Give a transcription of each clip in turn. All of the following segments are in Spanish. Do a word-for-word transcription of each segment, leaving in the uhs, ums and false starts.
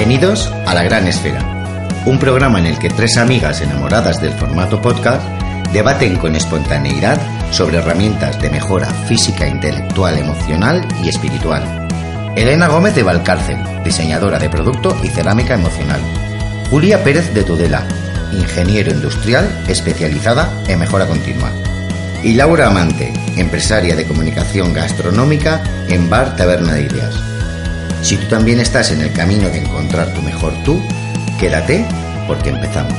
Bienvenidos a La Gran Esfera, un programa en el que tres amigas enamoradas del formato podcast debaten con espontaneidad sobre herramientas de mejora física, intelectual, emocional y espiritual. Elena Gómez de Valcárcel, diseñadora de producto y cerámica emocional. Julia Pérez de Tudela, ingeniero industrial especializada en mejora continua. Y Laura Amante, empresaria de comunicación gastronómica en Bar Taberna de Ideas. Si tú también estás en el camino de encontrar tu mejor tú, quédate porque empezamos.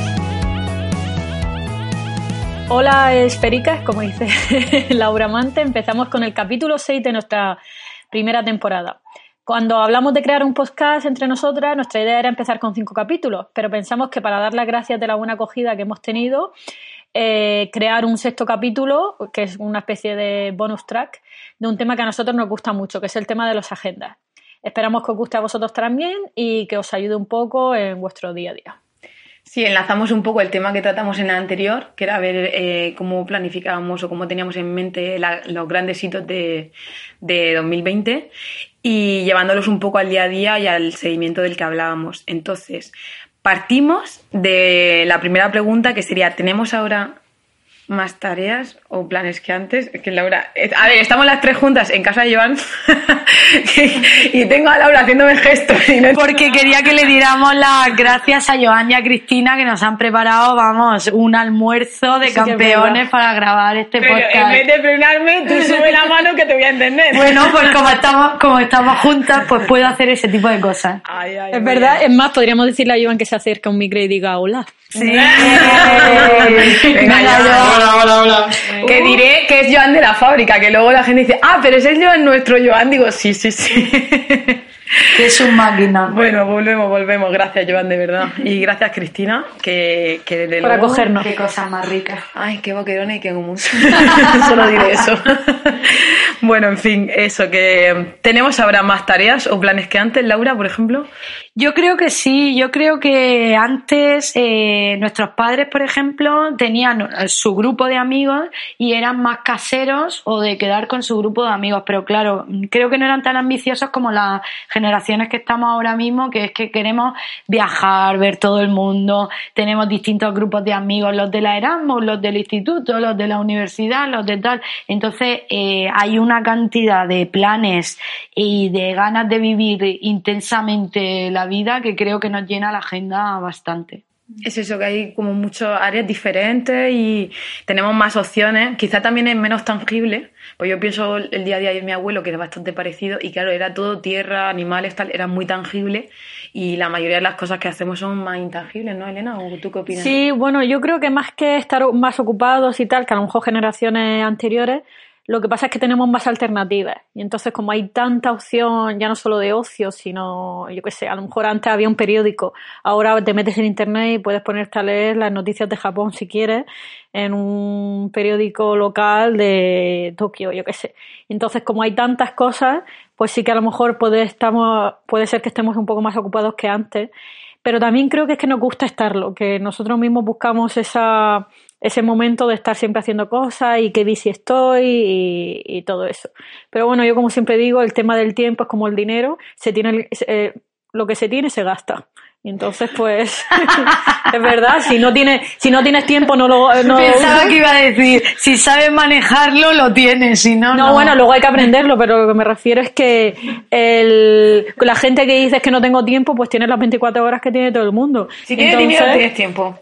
Hola esféricas, como dice Laura Amante, empezamos con el capítulo seis de nuestra primera temporada. Cuando hablamos de crear un podcast entre nosotras, nuestra idea era empezar con cinco capítulos, pero pensamos que para dar las gracias de la buena acogida que hemos tenido, eh, crear un sexto capítulo, que es una especie de bonus track, de un tema que a nosotros nos gusta mucho, que es el tema de las agendas. Esperamos que os guste a vosotros también y que os ayude un poco en vuestro día a día. Sí, enlazamos un poco el tema que tratamos en la anterior, que era ver eh, cómo planificábamos o cómo teníamos en mente la, los grandes hitos de, de dos mil veinte y llevándolos un poco al día a día y al seguimiento del que hablábamos. Entonces, partimos de la primera pregunta, que sería, ¿tenemos ahora más tareas o planes que antes? Es que Laura... A ver, estamos las tres juntas en casa de Joan y tengo a Laura haciéndome gestos. Y no... Porque quería que le diéramos las gracias a Joan y a Cristina, que nos han preparado, vamos, un almuerzo de sí, campeones para grabar este Pero podcast. En vez de frenarme, tú sube la mano que te voy a entender. Bueno, pues como estamos, como estamos juntas, pues puedo hacer ese tipo de cosas. Ay, ay, es verdad, bien. Es más, podríamos decirle a Joan que se acerque a un micro y diga hola. Sí. Venga, ya. Hola, hola, hola. Que diré que es Joan de la fábrica, que luego la gente dice, ah, pero ese es Joan nuestro Joan. Digo, sí, sí, sí. Que es un máquina. Bueno, volvemos, volvemos. Gracias, Joan, de verdad. Y gracias, Cristina, que, que desde Por luego... acogernos. Qué cosas más ricas. Ay, qué boquerona y qué humus. Solo diré eso. Bueno, en fin, eso, que tenemos ahora más tareas o planes que antes, Laura, por ejemplo. Yo creo que sí, yo creo que antes eh, nuestros padres, por ejemplo, tenían su grupo de amigos y eran más caseros o de quedar con su grupo de amigos, pero claro, creo que no eran tan ambiciosos como las generaciones que estamos ahora mismo, que es que queremos viajar, ver todo el mundo, tenemos distintos grupos de amigos, los de la Erasmus, los del instituto, los de la universidad, los de tal, entonces eh, hay una cantidad de planes y de ganas de vivir intensamente la vida que creo que nos llena la agenda bastante. Es eso, que hay como muchas áreas diferentes y tenemos más opciones. Quizá también es menos tangible, pues yo pienso el día a día de mi abuelo, que era bastante parecido, y claro, era todo tierra, animales, tal, era muy tangible, y la mayoría de las cosas que hacemos son más intangibles, ¿no, Elena? ¿O tú qué opinas? Sí, bueno, yo creo que más que estar más ocupados y tal, que a lo mejor generaciones anteriores, lo que pasa es que tenemos más alternativas y entonces como hay tanta opción ya no solo de ocio, sino, yo qué sé, a lo mejor antes había un periódico, ahora te metes en internet y puedes ponerte a leer las noticias de Japón si quieres en un periódico local de Tokio, yo qué sé. Entonces como hay tantas cosas, pues sí que a lo mejor puede, estamos, puede ser que estemos un poco más ocupados que antes, pero también creo que es que nos gusta estarlo, que nosotros mismos buscamos esa... ese momento de estar siempre haciendo cosas y qué bici estoy y, y todo eso. Pero bueno, yo como siempre digo, el tema del tiempo es como el dinero, se tiene eh, lo que se tiene se gasta. Y entonces, pues, es verdad, si no tienes, si no tienes tiempo, no lo... No Pensaba que iba a decir, si sabes manejarlo, lo tienes, si no, no. No, bueno, luego hay que aprenderlo, pero lo que me refiero es que el, la gente que dice que no tengo tiempo, pues tiene las veinticuatro horas que tiene todo el mundo. Si tienes entonces, dinero, tienes tiempo.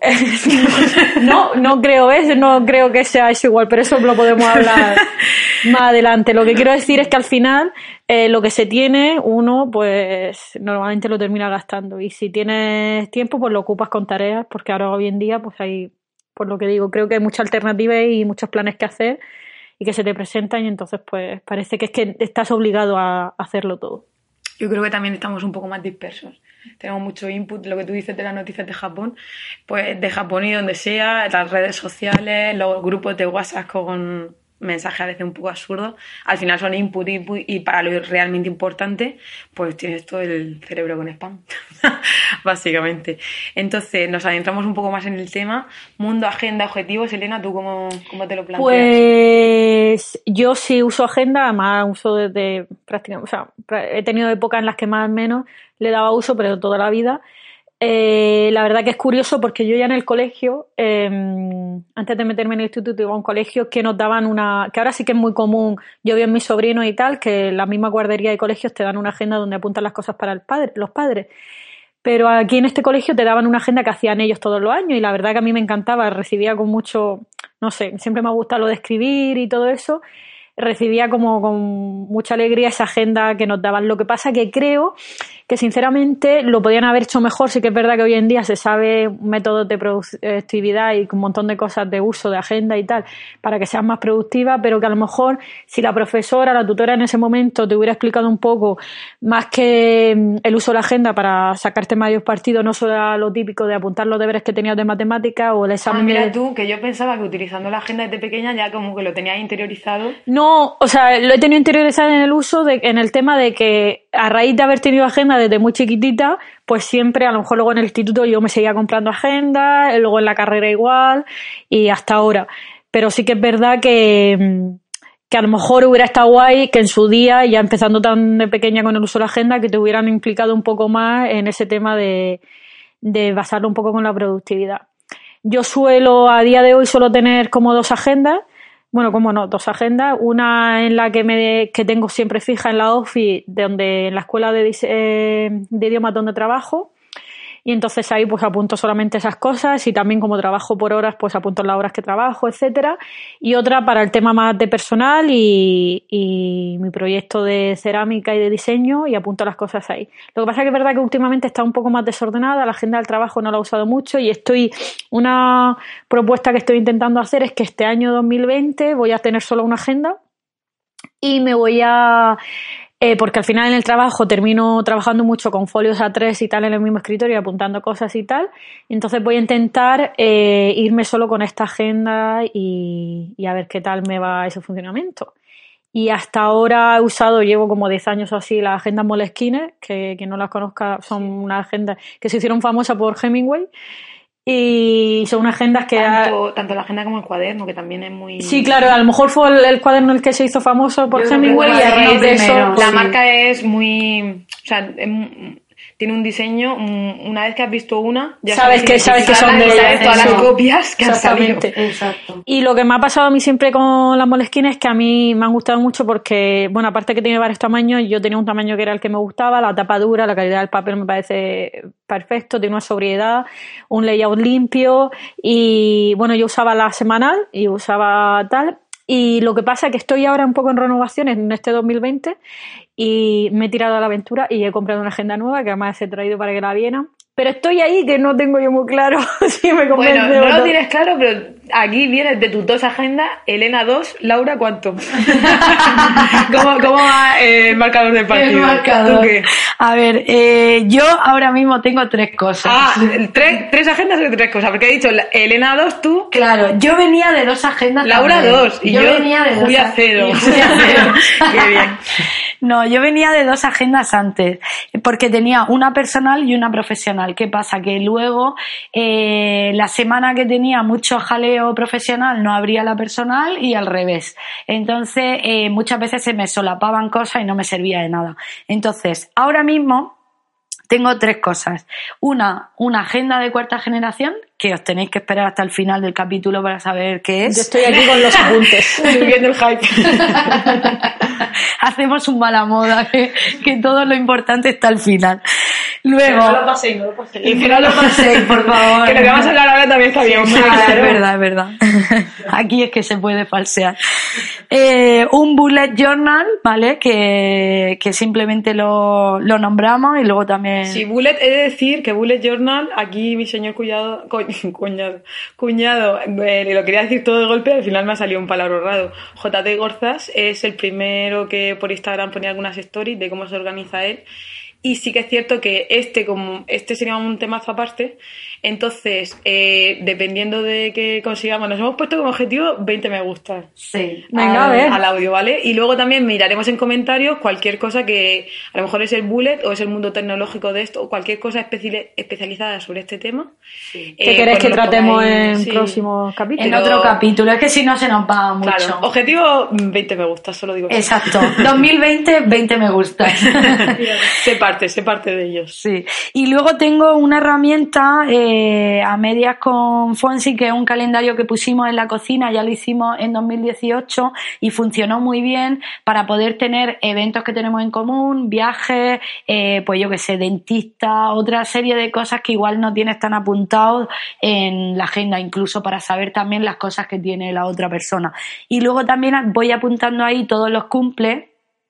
no, no creo eso, no creo que sea eso igual, pero eso lo podemos hablar más adelante. Lo que quiero decir es que al final, eh, lo que se tiene, uno, pues, normalmente lo termina gastando. Y si tienes tiempo, pues lo ocupas con tareas, porque ahora hoy en día, pues hay, por lo que digo, creo que hay muchas alternativas y muchos planes que hacer y que se te presentan y entonces, pues, parece que es que estás obligado a hacerlo todo. Yo creo que también estamos un poco más dispersos. Tenemos mucho input, lo que tú dices de las noticias de Japón, pues de Japón y donde sea, las redes sociales, los grupos de WhatsApp con mensajes a veces un poco absurdos, al final son input, input y para lo realmente importante, pues tienes todo el cerebro con spam, básicamente. Entonces, nos adentramos un poco más en el tema. Mundo, agenda, objetivos. Elena, ¿tú cómo, cómo te lo planteas? Pues yo sí uso agenda, además uso desde prácticamente, o sea, he tenido épocas en las que más o menos le daba uso, pero toda la vida. Eh, la verdad que es curioso porque yo ya en el colegio, eh, antes de meterme en el instituto, iba a un colegio que nos daban una, que ahora sí que es muy común, yo veo en mis sobrinos y tal, que en la misma guardería de colegios te dan una agenda donde apuntan las cosas para el padre, los padres. Pero aquí en este colegio te daban una agenda que hacían ellos todos los años y la verdad que a mí me encantaba, recibía con mucho, no sé, siempre me ha gustado lo de escribir y todo eso, recibía como con mucha alegría esa agenda que nos daban. Lo que pasa que creo que sinceramente lo podían haber hecho mejor. Sí que es verdad que hoy en día se sabe métodos de productividad y un montón de cosas de uso de agenda y tal para que seas más productiva, pero que a lo mejor si la profesora, la tutora en ese momento te hubiera explicado un poco más que el uso de la agenda para sacarte mayor partido, no solo lo típico de apuntar los deberes que tenías de matemáticas o el examen. Ah, mira de... tú, que yo pensaba que utilizando la agenda desde pequeña ya como que lo tenías interiorizado. No, o sea, lo he tenido interiorizado en el uso, de, en el tema de que a raíz de haber tenido agenda desde muy chiquitita, pues siempre, a lo mejor luego en el instituto yo me seguía comprando agenda, luego en la carrera igual y hasta ahora. Pero sí que es verdad que, que a lo mejor hubiera estado guay que en su día, ya empezando tan de pequeña con el uso de la agenda, que te hubieran implicado un poco más en ese tema de, de basarlo un poco con la productividad. Yo suelo, a día de hoy, suelo tener como dos agendas. Bueno, como no, dos agendas. Una en la que me que tengo siempre fija en la Office, de donde en la escuela de, eh, de idiomas donde trabajo. Y entonces ahí pues apunto solamente esas cosas y también como trabajo por horas pues apunto las horas que trabajo, etcétera. Y otra para el tema más de personal y, y mi proyecto de cerámica y de diseño y apunto las cosas ahí. Lo que pasa es que es verdad que últimamente está un poco más desordenada, la agenda del trabajo no la he usado mucho y estoy, una propuesta que estoy intentando hacer es que este año dos mil veinte voy a tener solo una agenda y me voy a... Eh, porque al final en el trabajo termino trabajando mucho con folios A tres y tal en el mismo escritorio, apuntando cosas y tal. Y entonces voy a intentar eh, irme solo con esta agenda y, y a ver qué tal me va ese funcionamiento. Y hasta ahora he usado, llevo como diez años o así, las agendas Moleskine, que quien no las conozca son unas agendas que se hicieron famosas por Hemingway. Y son unas agendas que... Tanto, ha... tanto la agenda como el cuaderno, que también es muy... Sí, claro, a lo mejor fue el, el cuaderno el que se hizo famoso por Hemingway y a raíz de eso... La sí. marca es muy... O sea, es, tiene un diseño, una vez que has visto una, ya sabes, sabes que, sabes que son de sabes todas eso. las copias que han salido. Exacto. Y lo que me ha pasado a mí siempre con las Moleskine es que a mí me han gustado mucho porque, bueno, aparte que tiene varios tamaños, yo tenía un tamaño que era el que me gustaba, la tapa dura, la calidad del papel me parece perfecto, tiene una sobriedad, un layout limpio y, bueno, yo usaba la semanal y usaba tal. Y lo que pasa es que estoy ahora un poco en renovaciones en este dos mil veinte y me he tirado a la aventura y he comprado una agenda nueva que además he traído para que la vieran. Pero estoy ahí que no tengo yo muy claro si me convence. Bueno, no lo tienes claro, pero aquí vienes de tus dos agendas. Elena dos, Laura ¿cuánto? ¿Cómo, ¿Cómo va eh, el marcador del partido? El marcador. ¿Tú qué? A ver, eh, yo ahora mismo tengo tres cosas. Ah, ¿tres, tres agendas o tres cosas? Porque he dicho Elena dos, tú. Claro, yo venía de dos agendas. Laura también. dos y yo, yo venía de Julia dos, cero. y Julia cero. Qué bien. No, yo venía de dos agendas antes, porque tenía una personal y una profesional. ¿Qué pasa? Que luego, eh, la semana que tenía mucho jaleo profesional, no abría la personal y al revés. Entonces, eh, muchas veces se me solapaban cosas y no me servía de nada. Entonces, ahora mismo tengo tres cosas. Una, una agenda de cuarta generación, que os tenéis que esperar hasta el final del capítulo para saber qué es. Yo estoy aquí con los apuntes. Estoy viendo el hype. Hacemos un mala moda, que, que todo lo importante está al final. Luego... No lo paséis, no lo paséis. Y que no lo paséis, por favor. Que lo que vamos a hablar ahora también está bien. Sí, claro, es verdad, es verdad. Aquí es que se puede falsear. Eh, un bullet journal, ¿vale? Que, que simplemente lo, lo nombramos y luego también... Sí, bullet, he de decir que bullet journal, aquí mi señor cuñado, cuñado, cuñado, eh, lo quería decir todo de golpe, al final me ha salido un palabra raro. J T Gorzas es el primero que por Instagram ponía algunas stories de cómo se organiza él. Y sí que es cierto que este, como este sería un temazo aparte, entonces, eh, dependiendo de que consigamos, nos hemos puesto como objetivo veinte me gusta. Sí. Venga, al, a ver. al audio, ¿vale? Y luego también miraremos en comentarios cualquier cosa que a lo mejor es el bullet o es el mundo tecnológico de esto o cualquier cosa especi- especializada sobre este tema. Sí. ¿Qué Eh, queréis pues que nos lo tratemos pongáis, en sí. próximos capítulos? En otro capítulo, es que si no se nos va mucho. Claro, objetivo veinte me gusta, solo digo eso. Exacto. dos mil veinte, veinte me gusta. sé parte, sé parte de ellos. Sí. Y luego tengo una herramienta eh, a medias con Fonsi, que es un calendario que pusimos en la cocina, ya lo hicimos en dos mil dieciocho y funcionó muy bien para poder tener eventos que tenemos en común, viajes, eh, pues yo que sé, dentista, otra serie de cosas que igual no tienes tan apuntados en la agenda, incluso para saber también las cosas que tiene la otra persona. Y luego también voy apuntando ahí todos los cumples.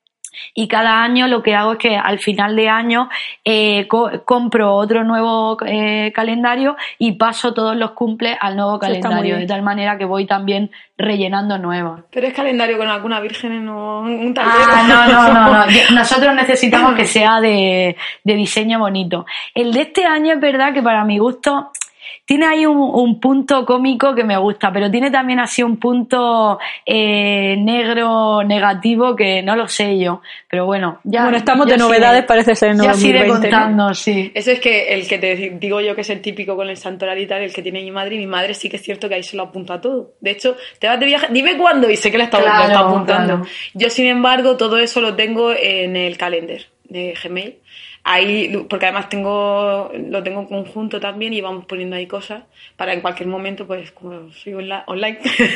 Y cada año lo que hago es que al final de año eh, co- compro otro nuevo eh, calendario y paso todos los cumples al nuevo Eso está muy calendario, bien. de tal manera que voy también rellenando nuevos. Pero es calendario con alguna virgen o un tablero. Ah, no, no, no, no. Nosotros necesitamos que sea de, de diseño bonito. El de este año es verdad que para mi gusto tiene ahí un, un punto cómico que me gusta, pero tiene también así un punto eh, negro, negativo, que no lo sé yo. Pero bueno, ya. Bueno, estamos ya de os novedades, iré- parece ser en Ya os iré dos mil veinte, ¿no? contando, sí. Eso es que el que te digo yo que es el típico con el santoral y tal, el que tiene mi madre, y mi madre sí que es cierto que ahí se lo apunta todo. De hecho, te vas de viaje, dime cuándo, y sé que le está, Claro, lo está apuntando. claro. Yo, sin embargo, todo eso lo tengo en el calendar de Gmail. Ahí, porque además tengo lo tengo conjunto también y vamos poniendo ahí cosas para en cualquier momento, pues como soy onla- online,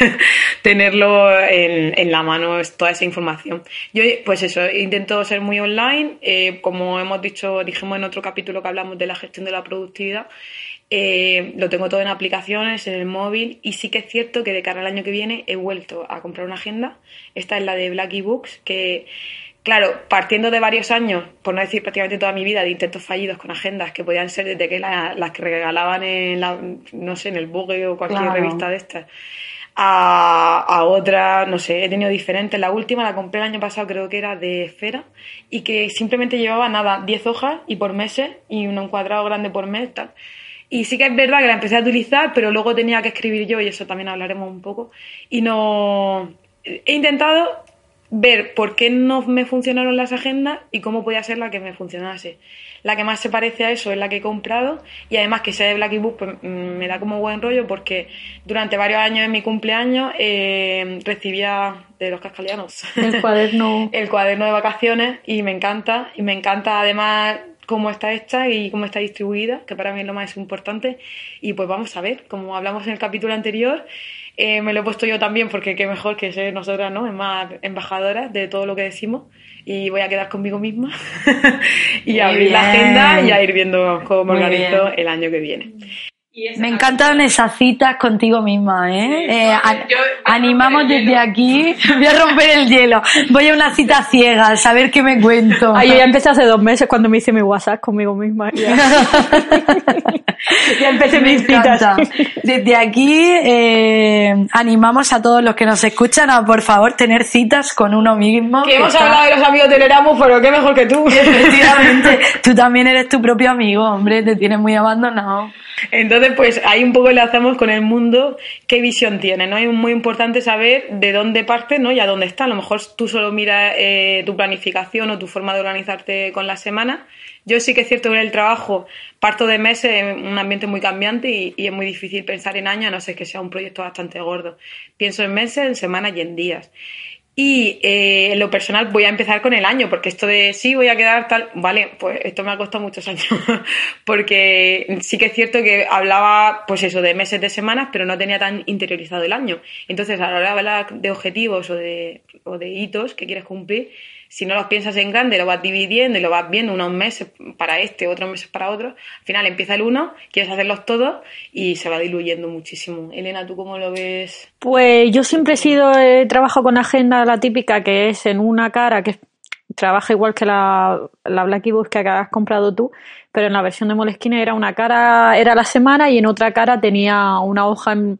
tenerlo en, en la mano, es toda esa información. Yo, pues eso, intento ser muy online, eh, como hemos dicho, dijimos en otro capítulo que hablamos de la gestión de la productividad, eh, lo tengo todo en aplicaciones, en el móvil, y sí que es cierto que de cara al año que viene he vuelto a comprar una agenda. Esta es la de Black eBooks, que claro, partiendo de varios años, por no decir prácticamente toda mi vida, de intentos fallidos con agendas que podían ser desde que la, las que regalaban en la, no sé, en el Vogue o cualquier Claro. revista de estas, a, a otra, no sé, he tenido diferentes. La última la compré el año pasado, creo que era de Esfera, y que simplemente llevaba nada, diez hojas y por meses, y un encuadrado grande por mes, tal. Y sí que es verdad que la empecé a utilizar, pero luego tenía que escribir yo, y eso también hablaremos un poco. Y no... He intentado ver por qué no me funcionaron las agendas y cómo podía ser la que me funcionase. La que más se parece a eso es la que he comprado, y además que sea de Black eBook, pues, me da como buen rollo, porque durante varios años en mi cumpleaños eh, recibía de los cascalianos El cuaderno. el cuaderno de vacaciones, y me encanta, y me encanta además cómo está hecha y cómo está distribuida, que para mí es lo más importante. Y pues vamos a ver, como hablamos en el capítulo anterior, eh, me lo he puesto yo también, porque qué mejor que ser nosotras, ¿no? Es más embajadoras de todo lo que decimos, y voy a quedar conmigo misma y Muy abrir la bien. agenda y a ir viendo cómo me Muy organizo bien. el año que viene. Me encantan esas citas contigo misma, ¿eh? Sí. Eh, an- Yo- yo animamos romper el desde hielo. aquí, voy a romper el hielo, voy a una cita ciega, a saber qué me cuento. Ah, yo ya empecé hace dos meses cuando me hice mi WhatsApp conmigo misma. Ya, ya empecé Me mis citas. encanta. Desde aquí eh, animamos a todos los que nos escuchan a, por favor, tener citas con uno mismo. Que hemos está- hablado de los amigos del Erasmus, pero qué mejor que tú. Efectivamente, tú también eres tu propio amigo, hombre, te tienes muy abandonado. Entonces, pues ahí un poco enlazamos con el mundo, qué visión tiene, ¿no? Es muy importante saber de dónde parte, ¿no? Y a dónde está. A lo mejor tú solo miras eh, tu planificación o tu forma de organizarte con la semana. Yo sí que es cierto que en el trabajo parto de meses en un ambiente muy cambiante, y, y es muy difícil pensar en años, a no ser que sea un proyecto bastante gordo. Pienso en meses, en semanas y en días. Y eh, en lo personal voy a empezar con el año, porque esto de sí voy a quedar tal, vale, pues esto me ha costado muchos años, porque sí que es cierto que hablaba, pues eso, de meses, de semanas, pero no tenía tan interiorizado el año. Entonces, a la hora de hablar de objetivos o de, o de hitos que quieres cumplir, si no los piensas en grande, lo vas dividiendo y lo vas viendo unos meses para este, otros meses para otro, al final empieza el uno, quieres hacerlos todos y se va diluyendo muchísimo. Elena, ¿tú cómo lo ves? Pues yo siempre he sido, he trabajado con agenda la típica, que es en una cara, que trabaja igual que la, la Black eBooks que has comprado tú, pero en la versión de Moleskine era una cara, era la semana, y en otra cara tenía una hoja en,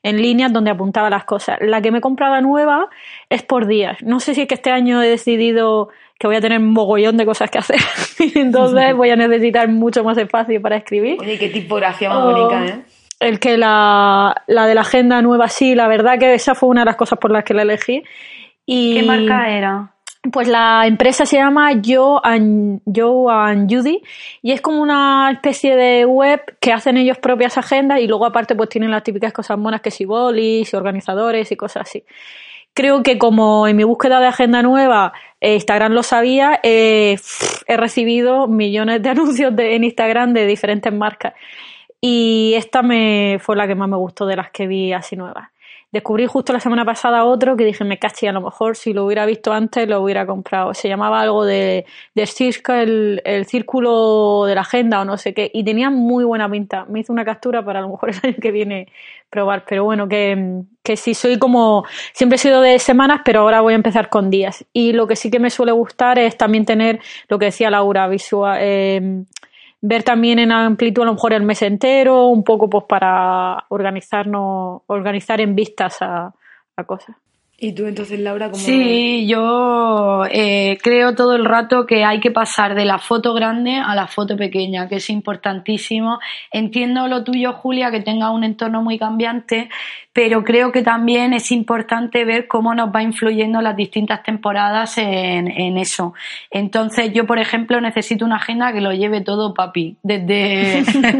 en líneas donde apuntaba las cosas. La que me he comprado nueva es por días. No sé si es que este año he decidido que voy a tener un mogollón de cosas que hacer y entonces voy a necesitar mucho más espacio para escribir. Oye, qué tipografía más oh, bonita, ¿eh? El que la, la de la agenda nueva, sí, la verdad que esa fue una de las cosas por las que la elegí. Y, ¿qué marca era? Pues la empresa se llama Joe and, Joe and Judy y es como una especie de web que hacen ellos propias agendas y luego aparte pues tienen las típicas cosas monas que si bolis y organizadores y cosas así. Creo que como en mi búsqueda de agenda nueva eh, Instagram lo sabía, eh, he recibido millones de anuncios de, en Instagram de diferentes marcas y esta me fue la que más me gustó de las que vi así nuevas. Descubrí justo la semana pasada otro que dije, me caché, a lo mejor si lo hubiera visto antes lo hubiera comprado. Se llamaba algo de, de Circa, el, el círculo de la agenda o no sé qué. Y tenía muy buena pinta. Me hice una captura para a lo mejor el año que viene probar. Pero bueno, que, que sí soy como... Siempre he sido de semanas, pero ahora voy a empezar con días. Y lo que sí que me suele gustar es también tener lo que decía Laura, visual... Eh, ver también en amplitud a lo mejor el mes entero, un poco pues para organizarnos, organizar en vistas a, a cosas. ¿Y tú entonces, Laura, cómo...? Sí, yo eh, creo todo el rato que hay que pasar de la foto grande a la foto pequeña, que es importantísimo. Entiendo lo tuyo, Julia, que tenga un entorno muy cambiante, pero creo que también es importante ver cómo nos va influyendo las distintas temporadas en, en eso. Entonces, yo, por ejemplo, necesito una agenda que lo lleve todo papi, desde,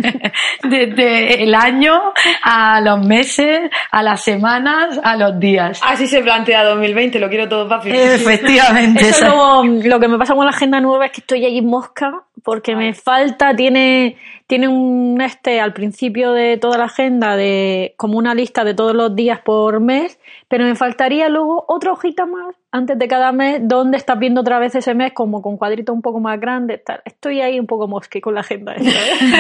desde el año a los meses, a las semanas, a los días. Así se plantea dos mil veinte, lo quiero todo papi. Efectivamente. Eso lo, lo que me pasa con la agenda nueva es que estoy ahí mosca porque Ay. me falta, tiene, tiene un este al principio de toda la agenda de como una lista de todos los días por mes, pero me faltaría luego otra hojita más antes de cada mes donde estás viendo otra vez ese mes como con cuadritos un poco más grandes. Tal. Estoy ahí un poco mosque con la agenda. Esta,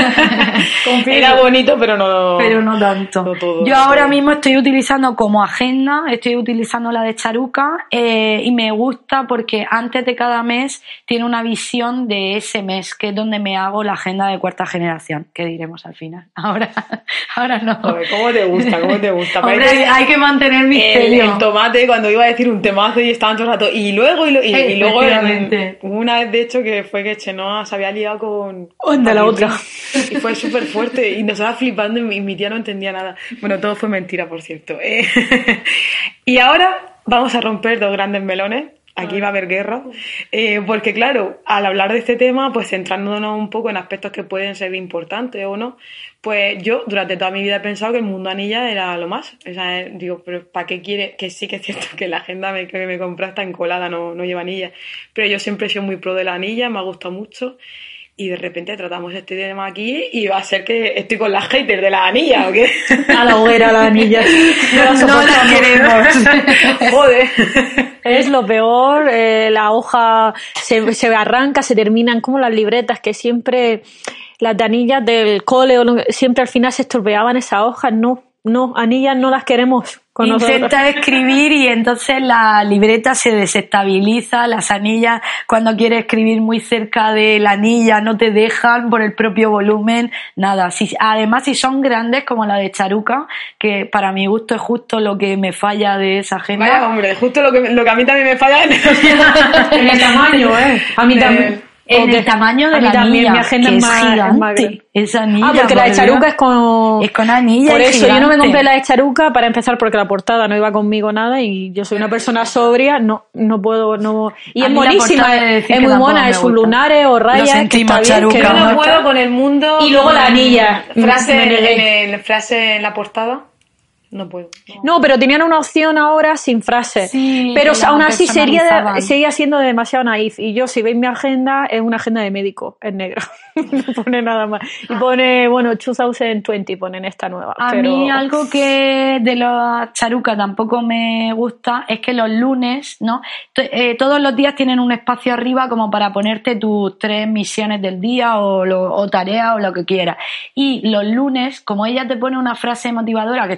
¿eh? Era bonito, pero no, pero no tanto. No todo, Yo no ahora todo. mismo estoy utilizando como agenda, estoy utilizando la de Charuca eh, y me gusta porque antes de cada mes tiene una visión de ese mes, que es donde me hago la agenda de cuarta generación, que diremos al final. Ahora, ahora no. Joder, ¿cómo te gusta? ¿Cómo te gusta? Hombre, hay, hay que mantener misterio. El, el tomate, cuando iba a decir un temazo y estaban todo el rato, y luego, y, lo, y, y luego, en, una vez de hecho que fue que Chenoa se había liado con... con de la otra. Y fue súper fuerte, y nos estaba flipando y mi tía no entendía nada. Bueno, todo fue mentira, por cierto. Eh, y ahora vamos a romper dos grandes melones. Aquí va a haber guerra, eh, porque claro, al hablar de este tema, pues centrándonos un poco en aspectos que pueden ser importantes o no, pues yo durante toda mi vida he pensado que el mundo anilla era lo más. O sea, digo, pero ¿para qué quiere? Que sí que es cierto que la agenda me, que me compré está encolada, no, no lleva anilla, pero yo siempre he sido muy pro de la anilla, me ha gustado mucho. Y de repente tratamos este tema aquí y va a ser que estoy con las haters de la anilla, ¿o qué? A la hoguera la anilla. No, no la queremos. Joder. Es lo peor, eh, la hoja se, se arranca, se terminan como las libretas, que siempre las de anillas del cole, siempre al final se estropeaban esas hojas. No, no, anillas no las queremos. Con Intenta nosotros. Escribir y entonces la libreta se desestabiliza, las anillas cuando quieres escribir muy cerca de la anilla no te dejan por el propio volumen, nada. Si, además si son grandes como la de Charuca, que para mi gusto es justo lo que me falla de esa agenda. Vaya hombre, justo lo que, lo que a mí también me falla en el, el tamaño, ¿eh? A mí también. En el tamaño de la anilla, mi agenda que es más, gigante. Esa anilla. Ah, porque la de Charuca es con... Es con anilla. Por eso gigante. Yo no me compré la de Charuca para empezar porque la portada no iba conmigo nada y yo soy una persona sobria, no no puedo... no Y a es monísima, es, es muy mona, es sus lunares o rayas, que está bien. Charuca, que yo no puedo con el mundo... Y luego la anilla. Frase en, en, frase en la portada. No puedo. No. no, pero tenían una opción ahora sin frase. Sí, pero aún así sería, seguía siendo demasiado naif. Y yo, si veis mi agenda, es una agenda de médico, en negro. No pone nada más. Y pone, bueno, dos mil veinte, ponen esta nueva. A pero... mí algo que de la Charuca tampoco me gusta es que los lunes, ¿no? Eh, todos los días tienen un espacio arriba como para ponerte tus tres misiones del día o, lo, o tareas o lo que quieras. Y los lunes, como ella te pone una frase motivadora que está guay,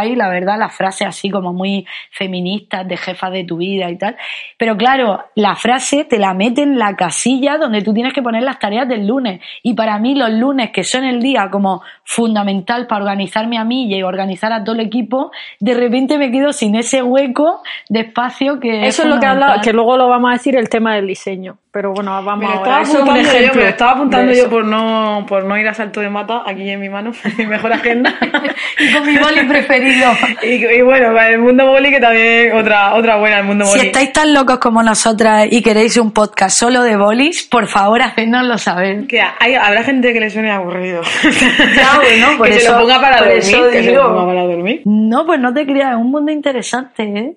guay, la verdad, las frases así como muy feministas de jefas de tu vida y tal. Pero claro, la frase te la mete en la casilla donde tú tienes que poner las tareas del lunes. Y para mí los lunes, que son el día como fundamental para organizarme a mí y organizar a todo el equipo, de repente me quedo sin ese hueco de espacio que eso es, es lo que habla, que luego lo vamos a decir, el tema del diseño. Pero bueno, vamos me ahora. Eso es un ejemplo. Yo, me lo estaba apuntando yo por no, por no ir a salto de mata aquí en mi mano, mi mejor agenda. Y con mi boli preferido. Y, y bueno, el mundo boli, que también otra otra buena, el mundo boli. Si estáis tan locos como nosotras y queréis un podcast solo de bolis, por favor, hacednoslo saber. Que hay, habrá gente que le suene aburrido. Ya, bueno, por que eso, se lo ponga para por dormir. Eso que digo. se lo ponga para dormir. No, pues no te creas, es un mundo interesante, ¿eh?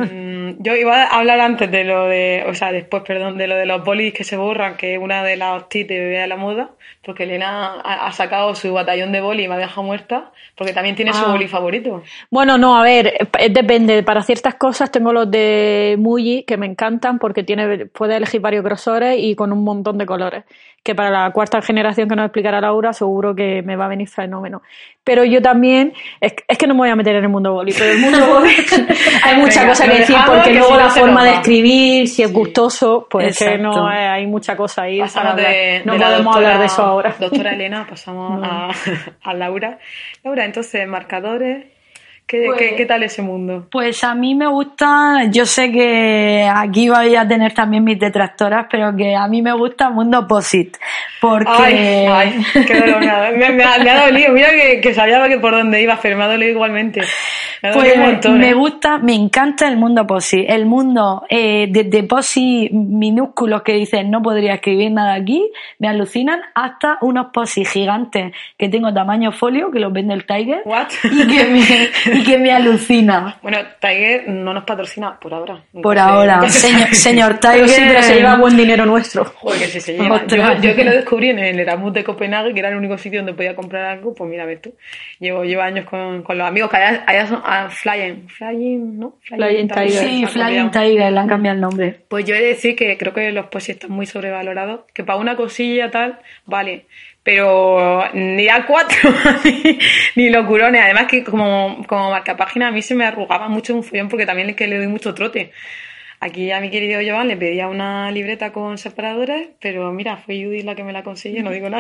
Mm, yo iba a hablar antes de lo de, o sea, después, perdón, de lo de los bolis que se borran, que es una de las tips de Bebé de la Moda, porque Elena ha, ha sacado su batallón de boli y me ha dejado muerta, porque también tiene ah. su boli favorito. Bueno, no, a ver, depende. Para ciertas cosas tengo los de Muji, que me encantan, porque tiene, puede elegir varios grosores y con un montón de colores, que para la cuarta generación que nos explicará Laura seguro que me va a venir fenómeno. Pero yo también, es, es que no me voy a meter en el mundo boli, pero el mundo boli hay muchas cosas que decir, porque luego si la no forma de escribir, si es sí. gustoso, pues Exacto. que no eh, hay mucha cosa ahí. Pasamos para de, no de podemos doctora, hablar de eso ahora. Doctora Elena, pasamos no. a, a Laura. Laura, entonces, marcadores... ¿Qué, pues, ¿qué, ¿Qué tal ese mundo? Pues a mí me gusta, yo sé que aquí vais a tener también mis detractoras, pero que a mí me gusta Mundo Posit, porque... Ay, ay, qué dolor, me ha, me, me, ha, me ha dolido, mira que, que sabía que por dónde iba, pero me ha dolido igualmente. Me ha dolido pues un montón, me ¿eh? gusta, me encanta el Mundo Posit, el mundo eh, desde Posit minúsculos que dicen no podría escribir nada aquí, me alucinan, hasta unos Posit gigantes que tengo tamaño folio, que los vende el Tiger, What? y que me... y que me alucina. Bueno, Tiger no nos patrocina por ahora. Por no ahora. Sé. Señor, señor Tiger. Pero sí, pero se lleva buen dinero nuestro. Joder, que sí se lleva. Yo, yo que lo descubrí en el Erasmus de Copenhague, que era el único sitio donde podía comprar algo, pues mira, ves tú. Llevo, llevo años con, con los amigos que allá, allá son uh, Flying, Flying, ¿no? Flying, Flying Tiger. Sí, Flying Tiger, le han cambiado el nombre. Pues yo he de decir que creo que los posis están muy sobrevalorados, que para una cosilla tal, vale. Pero ni A cuatro ni, ni locurones. Además que como, como marcapágina a mí se me arrugaba mucho un follón porque también es que le doy mucho trote. Aquí a mi querido Joan le pedía una libreta con separadores, pero mira, fue Judith la que me la consiguió, no digo nada.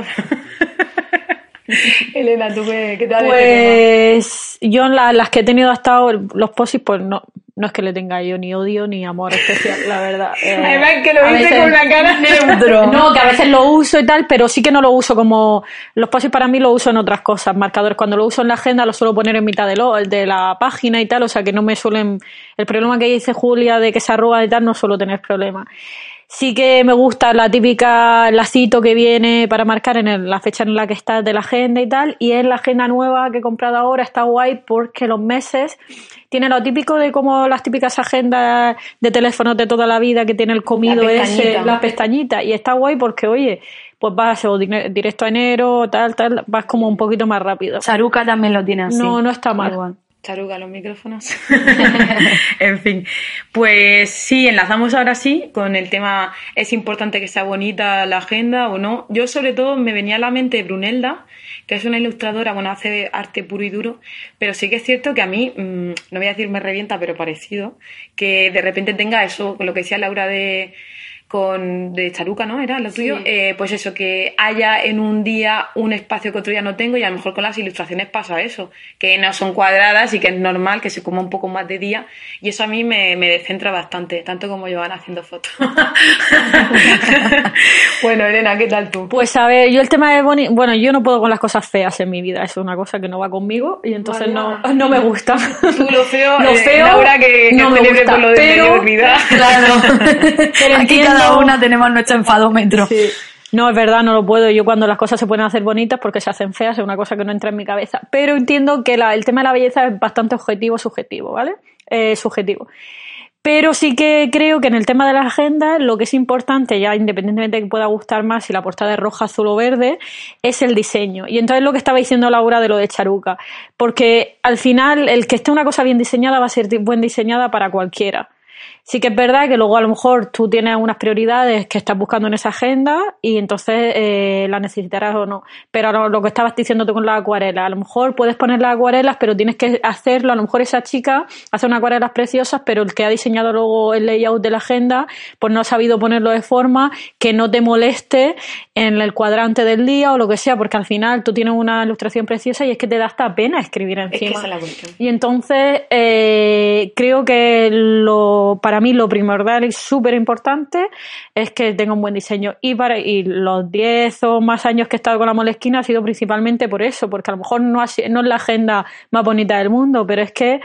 Elena, ¿tú qué, qué tal? Pues yo la, las que he tenido hasta ahora, los posis, pues no, no es que le tenga yo ni odio ni amor especial, la verdad. Eh, Además que lo dice con una cara neutro. No, que a veces lo uso y tal, pero sí que no lo uso como... Los posis para mí lo uso en otras cosas, marcadores. Cuando lo uso en la agenda lo suelo poner en mitad de, lo, de la página y tal, o sea que no me suelen... El problema que dice Julia de que se arruga y tal, no suelo tener problema. Sí que me gusta la típica lacito que viene para marcar en el, la fecha en la que estás de la agenda y tal, y es la agenda nueva que he comprado ahora, está guay porque los meses tiene lo típico de como las típicas agendas de teléfonos de toda la vida que tiene el comido la ese, la pestañita, y está guay porque oye, pues vas o directo a enero, tal, tal, vas como un poquito más rápido. Saruca también lo tiene así. No, no está mal. Igual. Charuga, los micrófonos. En fin, pues sí, enlazamos ahora sí con el tema, es importante que sea bonita la agenda o no. Yo sobre todo me venía a la mente Brunelda, que es una ilustradora, bueno, hace arte puro y duro, pero sí que es cierto que a mí, mmm, no voy a decir me revienta, pero parecido, que de repente tenga eso, lo que decía Laura de... con de Charuca, ¿no? Era lo tuyo. Sí. Eh, pues eso, que haya en un día un espacio que otro día no tengo, y a lo mejor con las ilustraciones pasa eso, que no son cuadradas y que es normal que se coma un poco más de día, y eso a mí me, me descentra bastante, tanto como Joana haciendo fotos. Bueno, Elena, ¿qué tal tú? Pues a ver, yo el tema de boni... bueno, yo no puedo con las cosas feas en mi vida, eso es una cosa que no va conmigo y entonces no, no me gusta. Tú lo feo, lo feo eh, Laura, que, que no me gusta, por lo de pero, mediocridad. Claro, pero aquí entiendo... cada una tenemos nuestro enfadómetro. Sí. No, es verdad, no lo puedo. Yo cuando las cosas se pueden hacer bonitas porque se hacen feas es una cosa que no entra en mi cabeza. Pero entiendo que la, el tema de la belleza es bastante objetivo, subjetivo, ¿vale? Eh, subjetivo. Pero sí que creo que en el tema de la agenda lo que es importante, ya independientemente de que pueda gustar más si la portada es roja, azul o verde, es el diseño. Y entonces lo que estaba diciendo Laura de lo de Charuca. Porque al final el que esté una cosa bien diseñada va a ser bien diseñada para cualquiera. Sí que es verdad que luego a lo mejor tú tienes unas prioridades que estás buscando en esa agenda y entonces eh, las necesitarás o no. Pero lo, lo que estabas diciendo tú con las acuarelas, a lo mejor puedes poner las acuarelas, pero tienes que hacerlo. A lo mejor esa chica hace unas acuarelas preciosas, pero el que ha diseñado luego el layout de la agenda, pues no ha sabido ponerlo de forma que no te moleste en el cuadrante del día o lo que sea, porque al final tú tienes una ilustración preciosa y es que te da hasta pena escribir encima. Es que esa es la cuestión. Y entonces eh, creo que lo para Para mí lo primordial y súper importante es que tenga un buen diseño. Y para y los diez o más años que he estado con la Moleskine ha sido principalmente por eso, porque a lo mejor no, ha, no es la agenda más bonita del mundo, pero es que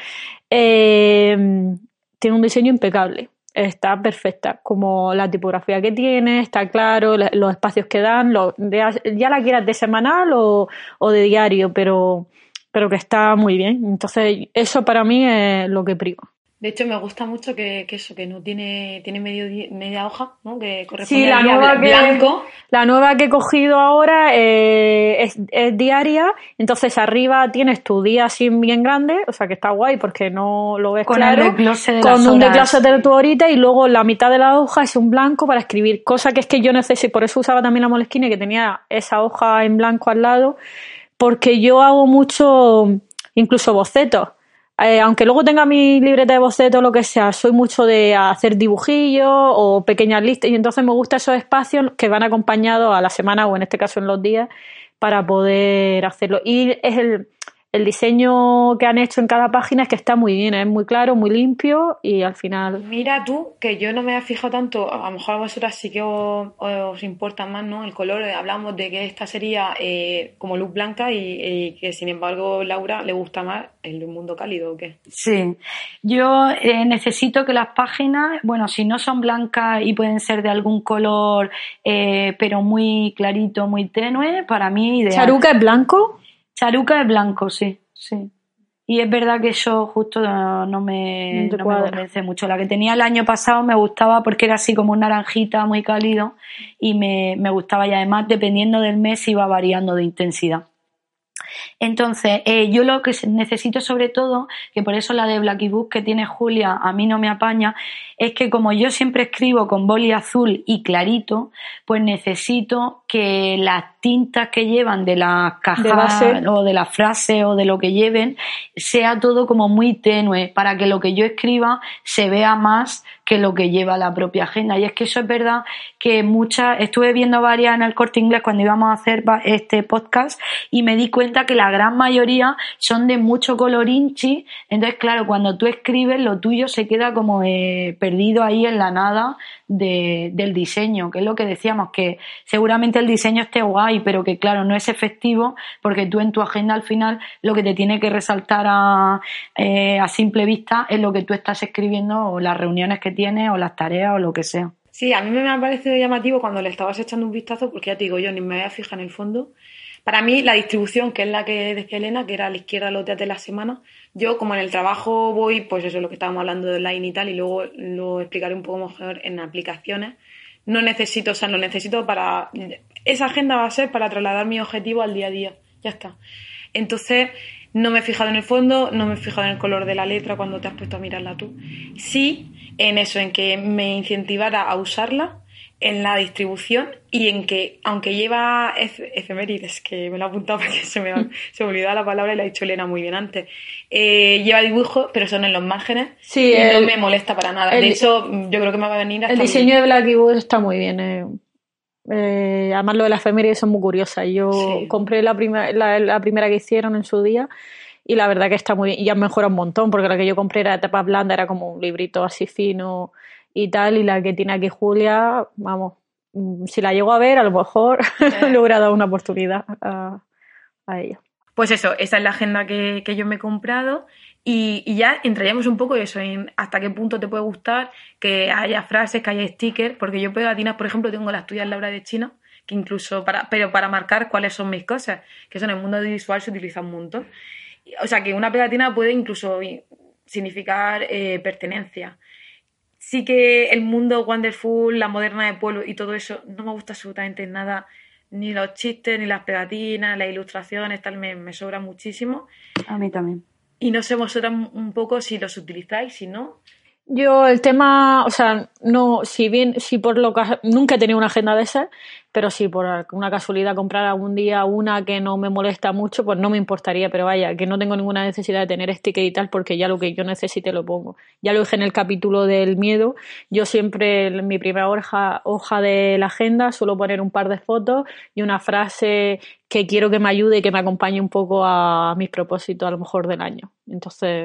eh, tiene un diseño impecable. Está perfecta, como la tipografía que tiene, está claro, los espacios que dan, los, ya la quieras de semanal o, o de diario, pero, pero que está muy bien. Entonces eso para mí es lo que priva. De hecho, me gusta mucho que, que eso, que no tiene, tiene medio, media hoja, ¿no? Que corresponde sí, la al día nueva blanco. Que, la nueva que he cogido ahora eh, es, es diaria, entonces arriba tienes tu día así bien grande, o sea que está guay porque no lo ves con claro. El desglose de con las un horas. desglose de tu horita y luego la mitad de la hoja es un blanco para escribir, cosa que es que yo necesito, por eso usaba también la Moleskine que tenía esa hoja en blanco al lado, porque yo hago mucho, incluso bocetos. Eh, aunque luego tenga mi libreta de boceto o lo que sea, soy mucho de hacer dibujillos o pequeñas listas y entonces me gustan esos espacios que van acompañados a la semana o en este caso en los días para poder hacerlo. Y es el, el diseño que han hecho en cada página es que está muy bien, es muy claro, muy limpio y al final... Mira tú, que yo no me he fijado tanto, a lo mejor a vosotras sí que os, os importa más, ¿no? El color, hablamos de que esta sería eh, como luz blanca y, y que sin embargo Laura le gusta más el mundo cálido, ¿o qué? Sí, yo eh, necesito que las páginas, bueno, si no son blancas y pueden ser de algún color, eh, pero muy clarito, muy tenue, para mí ideal. ¿Charuca es blanco? Charuca es blanco, sí, sí. Y es verdad que eso justo no, no, me, no, no me convence mucho. La que tenía el año pasado me gustaba porque era así como un naranjita muy cálido y me, me gustaba y además dependiendo del mes iba variando de intensidad. Entonces, eh, yo lo que necesito sobre todo, que por eso la de Blacky Book que tiene Julia a mí no me apaña, es que como yo siempre escribo con boli azul y clarito, pues necesito que las tintas que llevan de las cajas de o de las frases o de lo que lleven, sea todo como muy tenue, para que lo que yo escriba se vea más que lo que lleva la propia agenda. Y es que eso es verdad que muchas, estuve viendo varias en el Corte Inglés cuando íbamos a hacer este podcast y me di cuenta que la gran mayoría son de mucho color inchi, entonces claro, cuando tú escribes lo tuyo se queda como eh, perdido ahí en la nada de, del diseño, que es lo que decíamos, que seguramente el diseño esté guay, pero que claro, no es efectivo porque tú en tu agenda al final lo que te tiene que resaltar a, eh, a simple vista es lo que tú estás escribiendo o las reuniones que tienes o las tareas o lo que sea. Sí, a mí me ha parecido llamativo cuando le estabas echando un vistazo porque ya te digo yo, ni me había fijado en el fondo. Para mí la distribución, que es la que decía Elena, que era a la izquierda los días de la semana, yo como en el trabajo voy, pues eso es lo que estábamos hablando de online y tal, y luego lo explicaré un poco mejor en aplicaciones, no necesito, o sea, lo necesito para... Esa agenda va a ser para trasladar mi objetivo al día a día, ya está. Entonces, no me he fijado en el fondo, no me he fijado en el color de la letra cuando te has puesto a mirarla tú. Sí, en eso, en que me incentivara a usarla, en la distribución y en que, aunque lleva ef- efemérides, que me lo he apuntado porque se me, se me olvidaba la palabra y la ha dicho Elena muy bien antes, eh, lleva dibujos, pero son en los márgenes sí, y el, no me molesta para nada. El, de hecho, yo creo que me va a venir hasta... El diseño de Blacky Book está muy bien. Eh. Eh, además, lo de las efemérides son muy curiosas. Yo sí. compré la, prima, la, la primera que hicieron en su día y la verdad que está muy bien. Y ya mejora un montón, porque la que yo compré era de tapa blanda, era como un librito así fino y tal, y la que tiene aquí Julia, vamos, si la llego a ver, a lo mejor eh. le hubiera dado una oportunidad a, a ella. Pues eso, esa es la agenda que, que yo me he comprado y, y ya entraríamos un poco eso, en hasta qué punto te puede gustar, que haya frases, que haya stickers, porque yo pegatinas, por ejemplo, tengo las tuyas, Laura, de China, que incluso para, pero para marcar cuáles son mis cosas, que eso en el mundo audiovisual se utiliza un montón. O sea, que una pegatina puede incluso significar eh, pertenencia. Sí que el mundo wonderful, la moderna de pueblo y todo eso no me gusta absolutamente nada, ni los chistes, ni las pegatinas, las ilustraciones, tal, me, me sobra muchísimo. A mí también. Y no sé vosotras un poco si los utilizáis, si no. Yo el tema, o sea, no, si bien, si por lo que nunca he tenido una agenda de esas, pero si por una casualidad comprar algún día una que no me molesta mucho, pues no me importaría, pero vaya, que no tengo ninguna necesidad de tener sticker y tal, porque ya lo que yo necesite lo pongo. Ya lo dije en el capítulo del miedo, yo siempre en mi primera hoja, hoja de la agenda suelo poner un par de fotos y una frase que quiero que me ayude y que me acompañe un poco a mis propósitos a lo mejor del año. Entonces,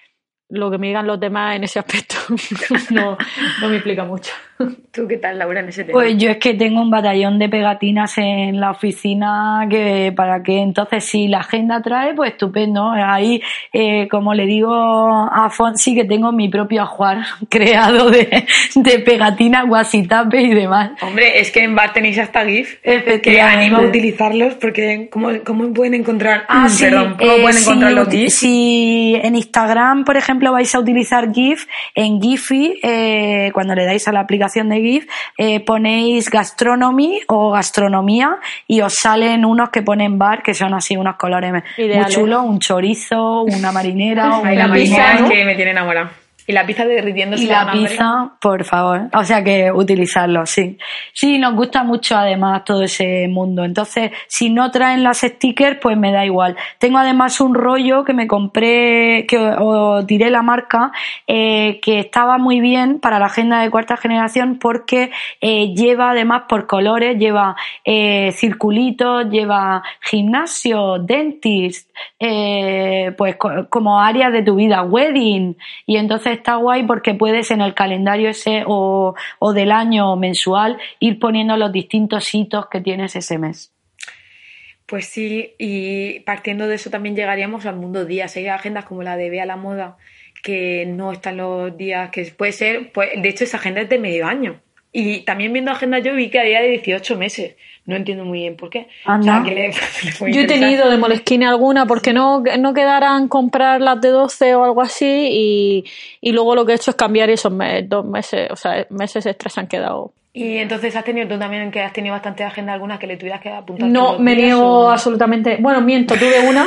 lo que me digan los demás en ese aspecto no, no me implica mucho. ¿Tú qué tal, Laura, en ese tema? Pues yo es que tengo un batallón de pegatinas en la oficina que para que entonces si la agenda trae, pues estupendo. Ahí, eh, como le digo a Fonsi, que tengo mi propio ajuar creado de, de pegatinas, guasitape y demás. Hombre, es que en Bar tenéis hasta GIF, que animo a utilizarlos porque ¿cómo, cómo pueden encontrar? Ah, sí, Perdón, ¿cómo eh, pueden sí, encontrar los GIF? Si en Instagram, por ejemplo, vais a utilizar GIF, en Giphy, eh, cuando le dais a la aplicación de GIF, eh, ponéis gastronomy o gastronomía y os salen unos que ponen bar, que son así unos colores Ideales. muy chulos, un chorizo, una marinera, Ay, una la pizza, marinera ¿no? es que me tiene enamorada. Y la pizza derritiéndose. Y la con hambre. pizza, por favor. O sea que utilizarlo, sí. Sí, nos gusta mucho además todo ese mundo. Entonces, si no traen las stickers, pues me da igual. Tengo además un rollo que me compré, que os diré la marca, eh, que estaba muy bien para la agenda de cuarta generación porque eh, lleva además por colores, lleva eh, circulitos, lleva gimnasio, dentist, eh, pues co- como áreas de tu vida, wedding, y entonces está guay porque puedes en el calendario ese o, o del año mensual ir poniendo los distintos hitos que tienes ese mes. Pues sí, y partiendo de eso también llegaríamos al mundo días. Hay agendas como la de Ve a la Moda que no están los días, que puede ser, pues de hecho esa agenda es de medio año. Y también viendo agendas yo vi que había de dieciocho meses. No entiendo muy bien por qué. Anda. O sea, que le, le puede Yo he interesar. tenido de Moleskine alguna porque no, no quedaran comprar las de doce o algo así y, y luego lo que he hecho es cambiar esos mes, dos meses, o sea, meses extras se han quedado. Y entonces has tenido tú también que has tenido bastante agenda alguna que le tuvieras que apuntar. No, todos los me días, niego o... absolutamente. Bueno, miento, tuve una.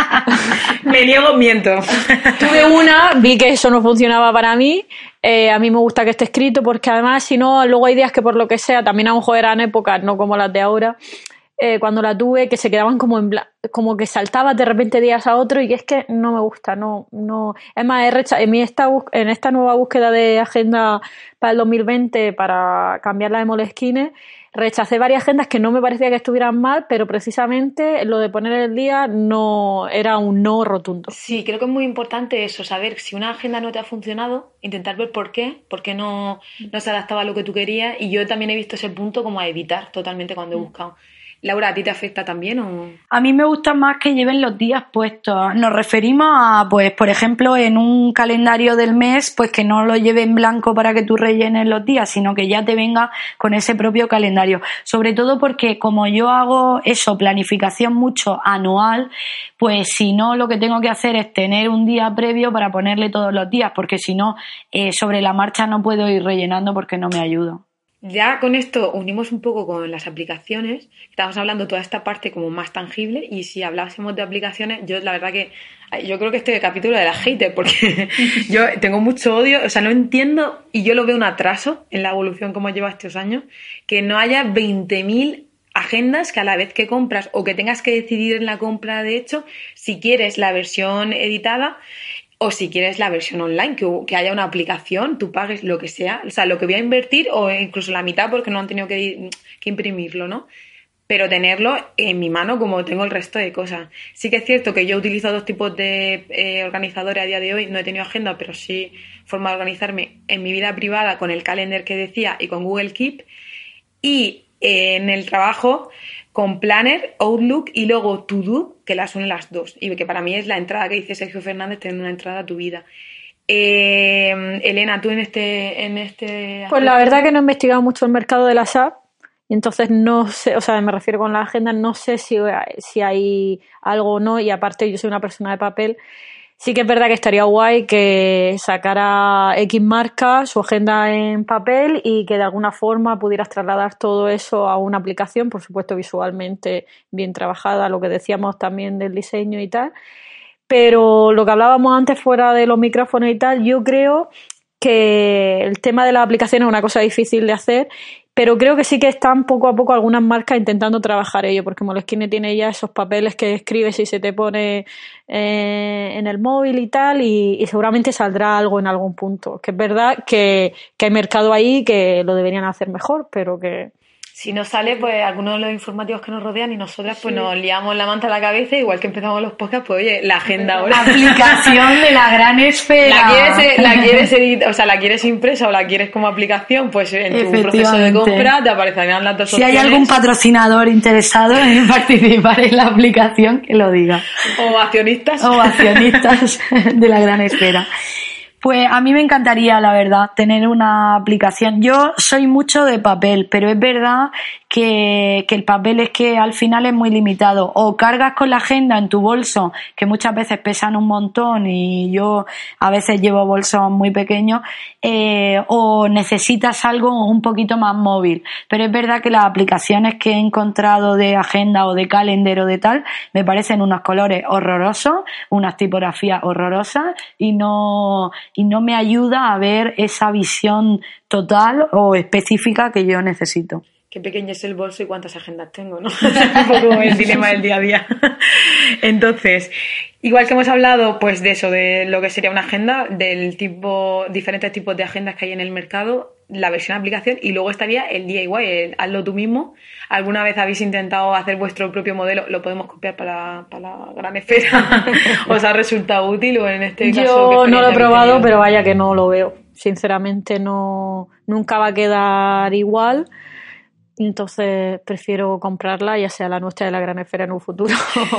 Me niego, miento. Tuve una, vi que eso no funcionaba para mí. Eh, a mí me gusta que esté escrito porque además, si no, luego hay días que por lo que sea, también a lo mejor eran épocas, no como las de ahora, eh, cuando la tuve, que se quedaban como en bla- como que saltabas de repente días a otro y es que no me gusta, no, no. Es más, he recha- en, mi esta bus- en esta nueva búsqueda de agenda para el dos mil veinte para cambiar la de Moleskine, rechacé varias agendas que no me parecía que estuvieran mal, pero precisamente lo de poner el día no era un no rotundo. Sí, creo que es muy importante eso, saber si una agenda no te ha funcionado, intentar ver por qué, por qué no, no se adaptaba a lo que tú querías, y yo también he visto ese punto como a evitar totalmente cuando he buscado. Laura, ¿a ti te afecta también o...? A mí me gusta más que lleven los días puestos. Nos referimos a, pues, por ejemplo, en un calendario del mes, pues que no lo lleve en blanco para que tú rellenes los días, sino que ya te venga con ese propio calendario. Sobre todo porque como yo hago eso, planificación mucho anual, pues si no, lo que tengo que hacer es tener un día previo para ponerle todos los días, porque si no, eh, sobre la marcha no puedo ir rellenando porque no me ayudo. Ya con esto unimos un poco con las aplicaciones. Estamos hablando toda esta parte como más tangible, y si hablásemos de aplicaciones, yo la verdad que yo creo que este capítulo de la hater, porque yo tengo mucho odio, o sea, no entiendo, y yo lo veo un atraso en la evolución como lleva estos años, que no haya veinte mil agendas que a la vez que compras o que tengas que decidir en la compra, de hecho, si quieres la versión editada o si quieres la versión online, que, que haya una aplicación, tú pagues lo que sea, o sea, lo que voy a invertir o incluso la mitad porque no han tenido que, que imprimirlo, ¿no? Pero tenerlo en mi mano como tengo el resto de cosas. Sí que es cierto que yo utilizo dos tipos de eh, organizadores a día de hoy, no he tenido agenda, pero sí forma de organizarme en mi vida privada con el calendar que decía y con Google Keep, y eh, en el trabajo con Planner, Outlook y luego To Do, que las unen las dos, y que para mí es la entrada que dice Sergio Fernández, tener una entrada a tu vida. Eh, Elena, tú en este, en este... Pues la verdad que no he investigado mucho el mercado de las apps, y entonces no sé, o sea, me refiero con la agenda, no sé si, si hay algo o no, y aparte yo soy una persona de papel. Sí que es verdad que estaría guay que sacara X marca su agenda en papel y que de alguna forma pudieras trasladar todo eso a una aplicación, por supuesto visualmente bien trabajada, lo que decíamos también del diseño y tal. Pero lo que hablábamos antes fuera de los micrófonos y tal, yo creo que el tema de las aplicaciones es una cosa difícil de hacer, pero creo que sí que están poco a poco algunas marcas intentando trabajar ello, porque Moleskine tiene ya esos papeles que escribes y se te pone eh, en el móvil y tal, y, y seguramente saldrá algo en algún punto. Que es verdad que, que hay mercado ahí que lo deberían hacer mejor, pero que... Si no sale, pues algunos de los informativos que nos rodean y nosotras pues sí. nos liamos la manta a la cabeza, igual que empezamos los podcasts, pues oye, la agenda ahora. Aplicación de la gran esfera. La quieres, la quieres edit- o sea, la quieres impresa o la quieres como aplicación, pues en tu proceso de compra te aparecerán las dos si opciones. Si hay algún patrocinador interesado en participar en la aplicación, que lo diga. O accionistas. O accionistas de la gran esfera. Pues a mí me encantaría, la verdad, tener una aplicación. Yo soy mucho de papel, pero es verdad que, que el papel es que al final es muy limitado. O cargas con la agenda en tu bolso, que muchas veces pesan un montón y yo a veces llevo bolsos muy pequeños, eh, o necesitas algo un poquito más móvil. Pero es verdad que las aplicaciones que he encontrado de agenda o de calendar o de tal, me parecen unos colores horrorosos, unas tipografías horrorosas y no... y no me ayuda a ver esa visión total o específica que yo necesito. Qué pequeño es el bolso y cuántas agendas tengo, ¿no? Es un poco el dilema del día a día. Entonces, igual que hemos hablado pues de eso, de lo que sería una agenda, del tipo, diferentes tipos de agendas que hay en el mercado, la versión de aplicación, y luego estaría el D I Y, el hazlo tú mismo. ¿Alguna vez habéis intentado hacer vuestro propio modelo? Lo podemos copiar para, para la gran esfera. ¿Os ha resultado útil o en este caso? Yo no lo he probado, pero vaya que no lo veo. Sinceramente no, nunca va a quedar igual. Entonces prefiero comprarla, ya sea la nuestra de la gran esfera en un futuro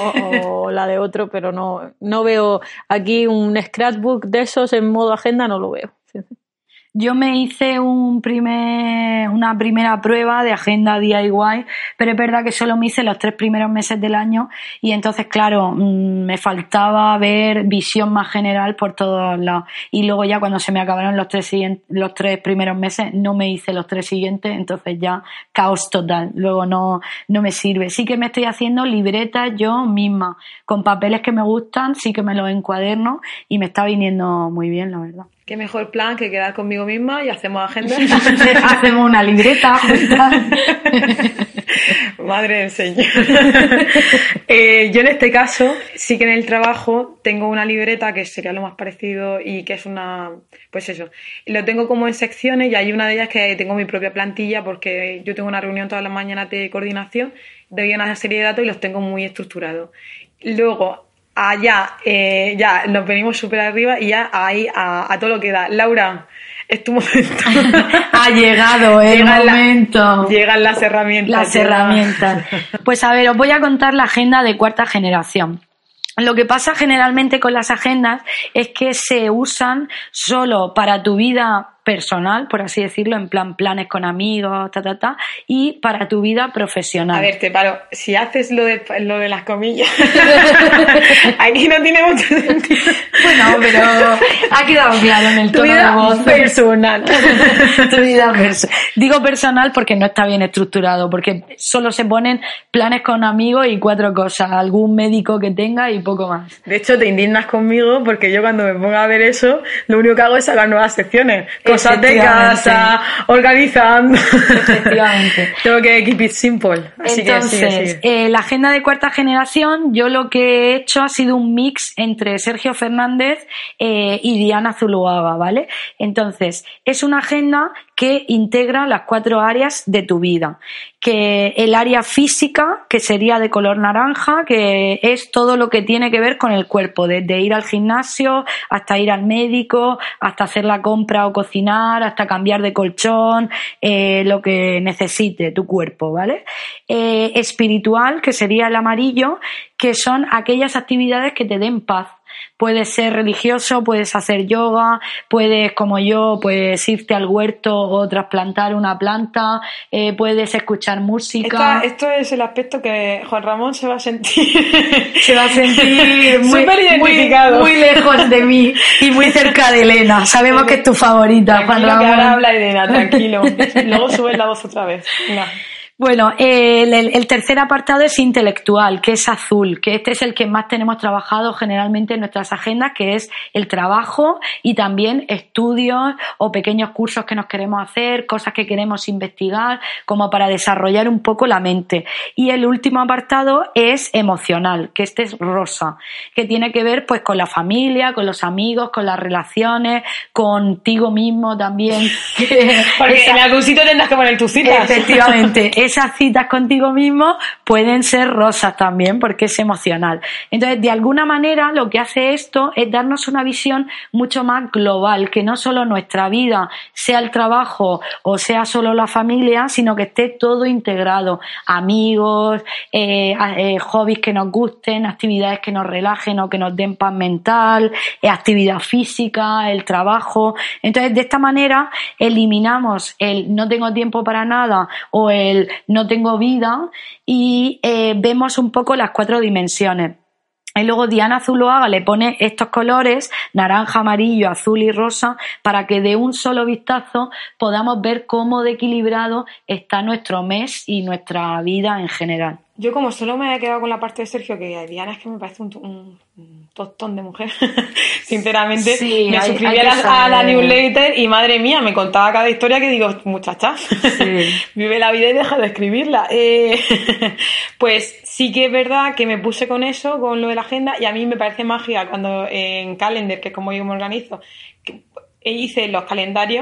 o la de otro, pero no, no veo aquí un scrapbook de esos en modo agenda, no lo veo. Yo me hice un primer, una primera prueba de agenda D I Y, pero es verdad que solo me hice los tres primeros meses del año y entonces, claro, me faltaba ver visión más general por todos lados. Y luego ya cuando se me acabaron los tres, siguientes, los tres primeros meses, no me hice los tres siguientes, entonces ya caos total. Luego no, no me sirve. Sí que me estoy haciendo libretas yo misma, con papeles que me gustan, sí que me los encuaderno y me está viniendo muy bien, la verdad. Qué mejor plan que quedar conmigo misma y hacemos agendas. Hacemos una libreta. Madre del Señor. eh, yo en este caso, sí que en el trabajo tengo una libreta que sería lo más parecido y que es una, pues eso, lo tengo como en secciones y hay una de ellas que tengo mi propia plantilla porque yo tengo una reunión todas las mañanas de coordinación, doy una serie de datos y los tengo muy estructurados. Luego, allá, eh, ya nos venimos súper arriba y ya ahí a, a todo lo que da. Laura, es tu momento. Ha llegado el llegan momento. La, llegan las herramientas. Las herramientas. Pues a ver, os voy a contar la agenda de cuarta generación. Lo que pasa generalmente con las agendas es que se usan solo para tu vida personal, por así decirlo, en plan planes con amigos, ta, ta, ta, y para tu vida profesional. A ver, te paro. Si haces lo de, lo de las comillas, aquí no tiene mucho sentido. Bueno, pero ha quedado claro en el tu tono vida de voz. Personal. Tu vida personal. Digo personal porque no está bien estructurado, porque solo se ponen planes con amigos y cuatro cosas, algún médico que tenga y poco más. De hecho, te indignas conmigo porque yo cuando me pongo a ver eso, lo único que hago es sacar nuevas secciones. Cosas de casa, organizando. Efectivamente. Tengo que keep it simple. Así Entonces, que sigue, sigue. Eh, la agenda de cuarta generación, yo lo que he hecho ha sido un mix entre Sergio Fernández eh, y Diana Zuluaga, ¿vale? Entonces, es una agenda que integra las cuatro áreas de tu vida. Que el área física, que sería de color naranja, que es todo lo que tiene que ver con el cuerpo, desde ir al gimnasio hasta ir al médico, hasta hacer la compra o cocinar, hasta cambiar de colchón, eh, lo que necesite tu cuerpo, ¿vale? Eh, espiritual, que sería el amarillo, que son aquellas actividades que te den paz. Puedes ser religioso, puedes hacer yoga, puedes, como yo, pues irte al huerto o trasplantar una planta, eh, puedes escuchar música. Esta, esto es el aspecto que Juan Ramón se va a sentir se va a sentir muy, súper identificado. Muy, muy lejos de mí y muy cerca de Elena. Sabemos que es tu favorita, Juan Ramón. Que ahora habla Elena, tranquilo. Luego subes la voz otra vez. No. Bueno, el, el, el tercer apartado es intelectual, que es azul, que este es el que más tenemos trabajado generalmente en nuestras agendas, que es el trabajo y también estudios o pequeños cursos que nos queremos hacer, cosas que queremos investigar, como para desarrollar un poco la mente. Y el último apartado es emocional, que este es rosa, que tiene que ver pues con la familia, con los amigos, con las relaciones, contigo mismo también. Porque esa, en algún sitio tendrás que poner tus citas. Efectivamente. Esas citas contigo mismo pueden ser rosas también porque es emocional. Entonces, de alguna manera, lo que hace esto es darnos una visión mucho más global, que no solo nuestra vida sea el trabajo o sea solo la familia, sino que esté todo integrado. Amigos, eh, eh, hobbies que nos gusten, actividades que nos relajen o que nos den paz mental, eh, actividad física, el trabajo. Entonces, de esta manera, eliminamos el no tengo tiempo para nada o el no tengo vida y eh, vemos un poco las cuatro dimensiones. Y luego Diana Zuloaga le pone estos colores, naranja, amarillo, azul y rosa, para que de un solo vistazo podamos ver cómo de equilibrado está nuestro mes y nuestra vida en general. Yo como solo me he quedado con la parte de Sergio, que Diana es que me parece un, un, un tostón de mujer, sinceramente, sí, me hay, suscribí hay a, la, a la newsletter y madre mía, me contaba cada historia que digo, muchacha, sí. Vive la vida y deja de escribirla. Eh, pues sí que es verdad que me puse con eso, con lo de la agenda, y a mí me parece mágica cuando en Calendar, que es como yo me organizo, que hice los calendarios.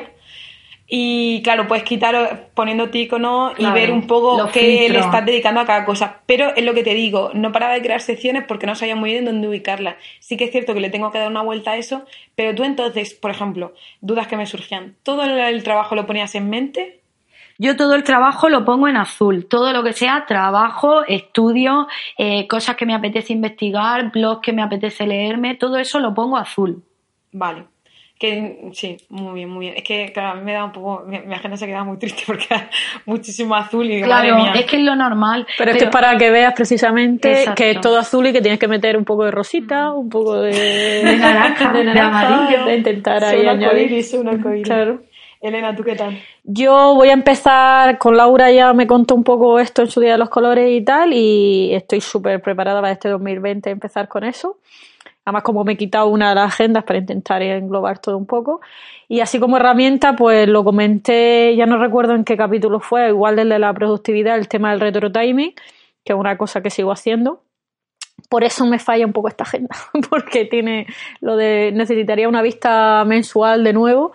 Y claro, puedes quitar poniéndote iconos y claro, ver un poco qué filtros. Le estás dedicando a cada cosa. Pero es lo que te digo, no paraba de crear secciones porque no sabía muy bien dónde ubicarlas. Sí que es cierto que le tengo que dar una vuelta a eso, pero tú entonces, por ejemplo, dudas que me surgían, ¿todo el trabajo lo ponías en mente? Yo todo el trabajo lo pongo en azul, todo lo que sea trabajo, estudio, eh, cosas que me apetece investigar, blogs que me apetece leerme, todo eso lo pongo azul. Vale. Que sí, muy bien, muy bien. Es que, claro, a mí me da un poco... Mi, mi agenda se queda muy triste porque era muchísimo azul y digo, claro, madre mía. Es que es lo normal. Pero, pero es que es para que veas precisamente exacto. que es todo azul y que tienes que meter un poco de rosita, un poco de... de naranja, de, naranja, de amarillo. De intentar ahí una añadir. Coiris, una coiris. Claro. Elena, ¿tú qué tal? Yo voy a empezar, con Laura ya me contó un poco esto en su día de los colores y tal, y estoy súper preparada para este dos mil veinte empezar con eso. Además, como me he quitado una de las agendas para intentar englobar todo un poco. Y así como herramienta, pues lo comenté, ya no recuerdo en qué capítulo fue, igual del de la productividad, el tema del retro timing, que es una cosa que sigo haciendo. Por eso me falla un poco esta agenda, porque tiene lo de necesitaría una vista mensual de nuevo.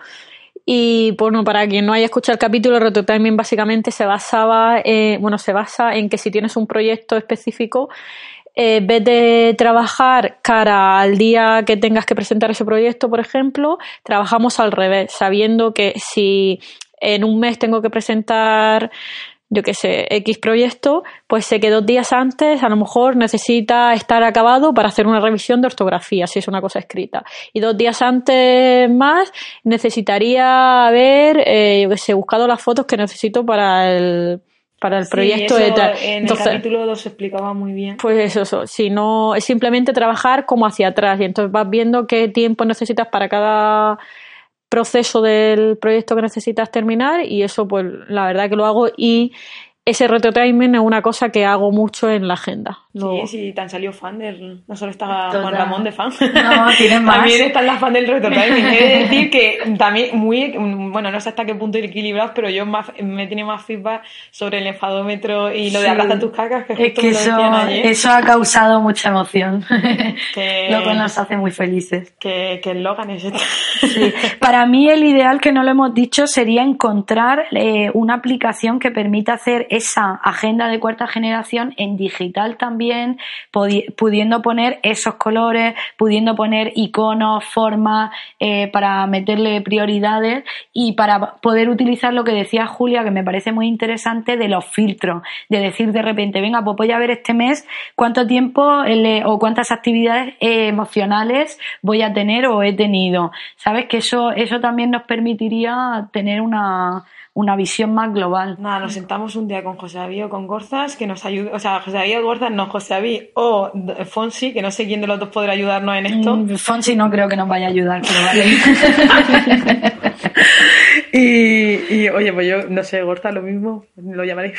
Y bueno, para quien no haya escuchado el capítulo, el retro timing básicamente se basaba, eh, bueno, se basa en que si tienes un proyecto específico, Eh, en vez de trabajar cara al día que tengas que presentar ese proyecto, por ejemplo, trabajamos al revés, sabiendo que si en un mes tengo que presentar, yo qué sé, X proyecto, pues sé que dos días antes a lo mejor necesita estar acabado para hacer una revisión de ortografía, si es una cosa escrita. Y dos días antes más necesitaría haber, eh, yo qué sé, buscado las fotos que necesito para el... para el proyecto sí, eso de tal. En entonces, el capítulo dos se explicaba muy bien. Pues eso, eso, si no, es simplemente trabajar como hacia atrás y entonces vas viendo qué tiempo necesitas para cada proceso del proyecto que necesitas terminar y eso pues la verdad que lo hago y ese retrotiming es una cosa que hago mucho en la agenda. Lo... Sí, sí, tan salió fan del... No solo está Total. Juan Ramón de fan. No, tienes más. También están las fan del retrotiming. He de decir que también muy... Bueno, no sé hasta qué punto equilibrados, pero yo más, me tiene más feedback sobre el enfadómetro y lo de sí. aplaza tus cacas, que es que eso, eso ha causado mucha emoción. Que, lo que nos hace muy felices. Que, que el Logan es esto. Sí. Para mí el ideal, que no lo hemos dicho, sería encontrar eh, una aplicación que permita hacer esa agenda de cuarta generación en digital también, pudiendo poner esos colores, pudiendo poner iconos, formas, eh, para meterle prioridades y para poder utilizar lo que decía Julia, que me parece muy interesante, de los filtros, de decir de repente, venga, pues voy a ver este mes cuánto tiempo eh, o cuántas actividades eh, emocionales voy a tener o he tenido. ¿Sabes? Que eso, eso también nos permitiría tener una... una visión más global. Nada, nos sentamos un día con José David o con Gorzas que nos ayude, o sea, José David o Gorzas, no, José David o Fonsi, que no sé quién de los dos podrá ayudarnos en esto. Mm, Fonsi no creo que nos vaya a ayudar, pero vale. y, y, oye, pues yo, no sé, Gorza, lo mismo, lo llamaré.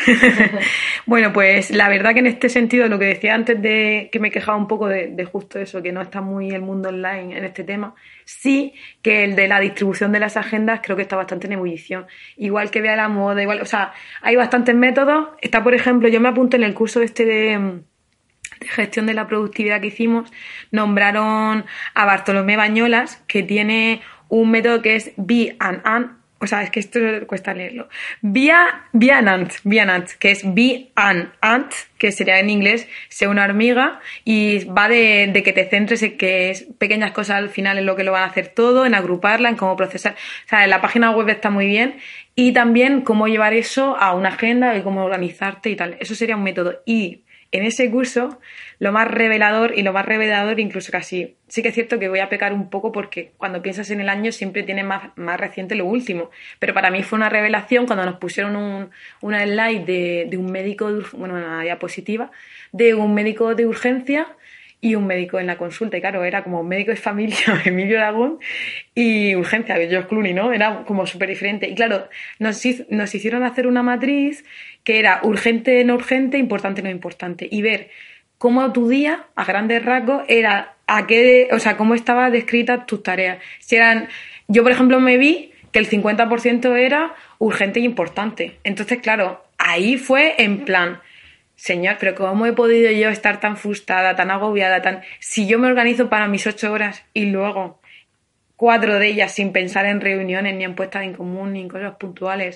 Bueno, pues la verdad que en este sentido, lo que decía antes de que me quejaba un poco de, de justo eso, que no está muy el mundo online en este tema, sí que el de la distribución de las agendas creo que está bastante en ebullición. Igual que vea la moda, igual, o sea, hay bastantes métodos. Está, por ejemplo, yo me apunto en el curso este de... de gestión de la productividad que hicimos, nombraron a Bartolomé Bañolas, que tiene un método que es Be and Ant, o sea, es que esto cuesta leerlo, Via, Via and Ant, Via and Ant, que es Be and Ant, que sería en inglés, sea una hormiga, y va de, de que te centres en que es pequeñas cosas al final en lo que lo van a hacer todo, en agruparla, en cómo procesar. O sea, en la página web está muy bien, y también cómo llevar eso a una agenda y cómo organizarte y tal. Eso sería un método. Y en ese curso, lo más revelador y lo más revelador, incluso casi, sí que es cierto que voy a pecar un poco porque cuando piensas en el año siempre tienes más, más reciente lo último. Pero para mí fue una revelación cuando nos pusieron un, una slide de, de un médico, de, bueno, una diapositiva, de un médico de urgencia y un médico en la consulta. Y claro, era como médico de familia, Emilio Aragón, y urgencia, George Clooney, ¿no? Era como súper diferente. Y claro, nos, nos hicieron hacer una matriz que era urgente, no urgente, importante, no importante. Y ver cómo tu día, a grandes rasgos, era a qué, o sea, cómo estaban descritas tus tareas. Si eran, yo, por ejemplo, me vi que el cincuenta por ciento era urgente e importante. Entonces, claro, ahí fue en plan... Señor, pero ¿cómo he podido yo estar tan frustrada, tan agobiada, tan... Si yo me organizo para mis ocho horas y luego cuatro de ellas sin pensar en reuniones, ni en puestas en común, ni en cosas puntuales,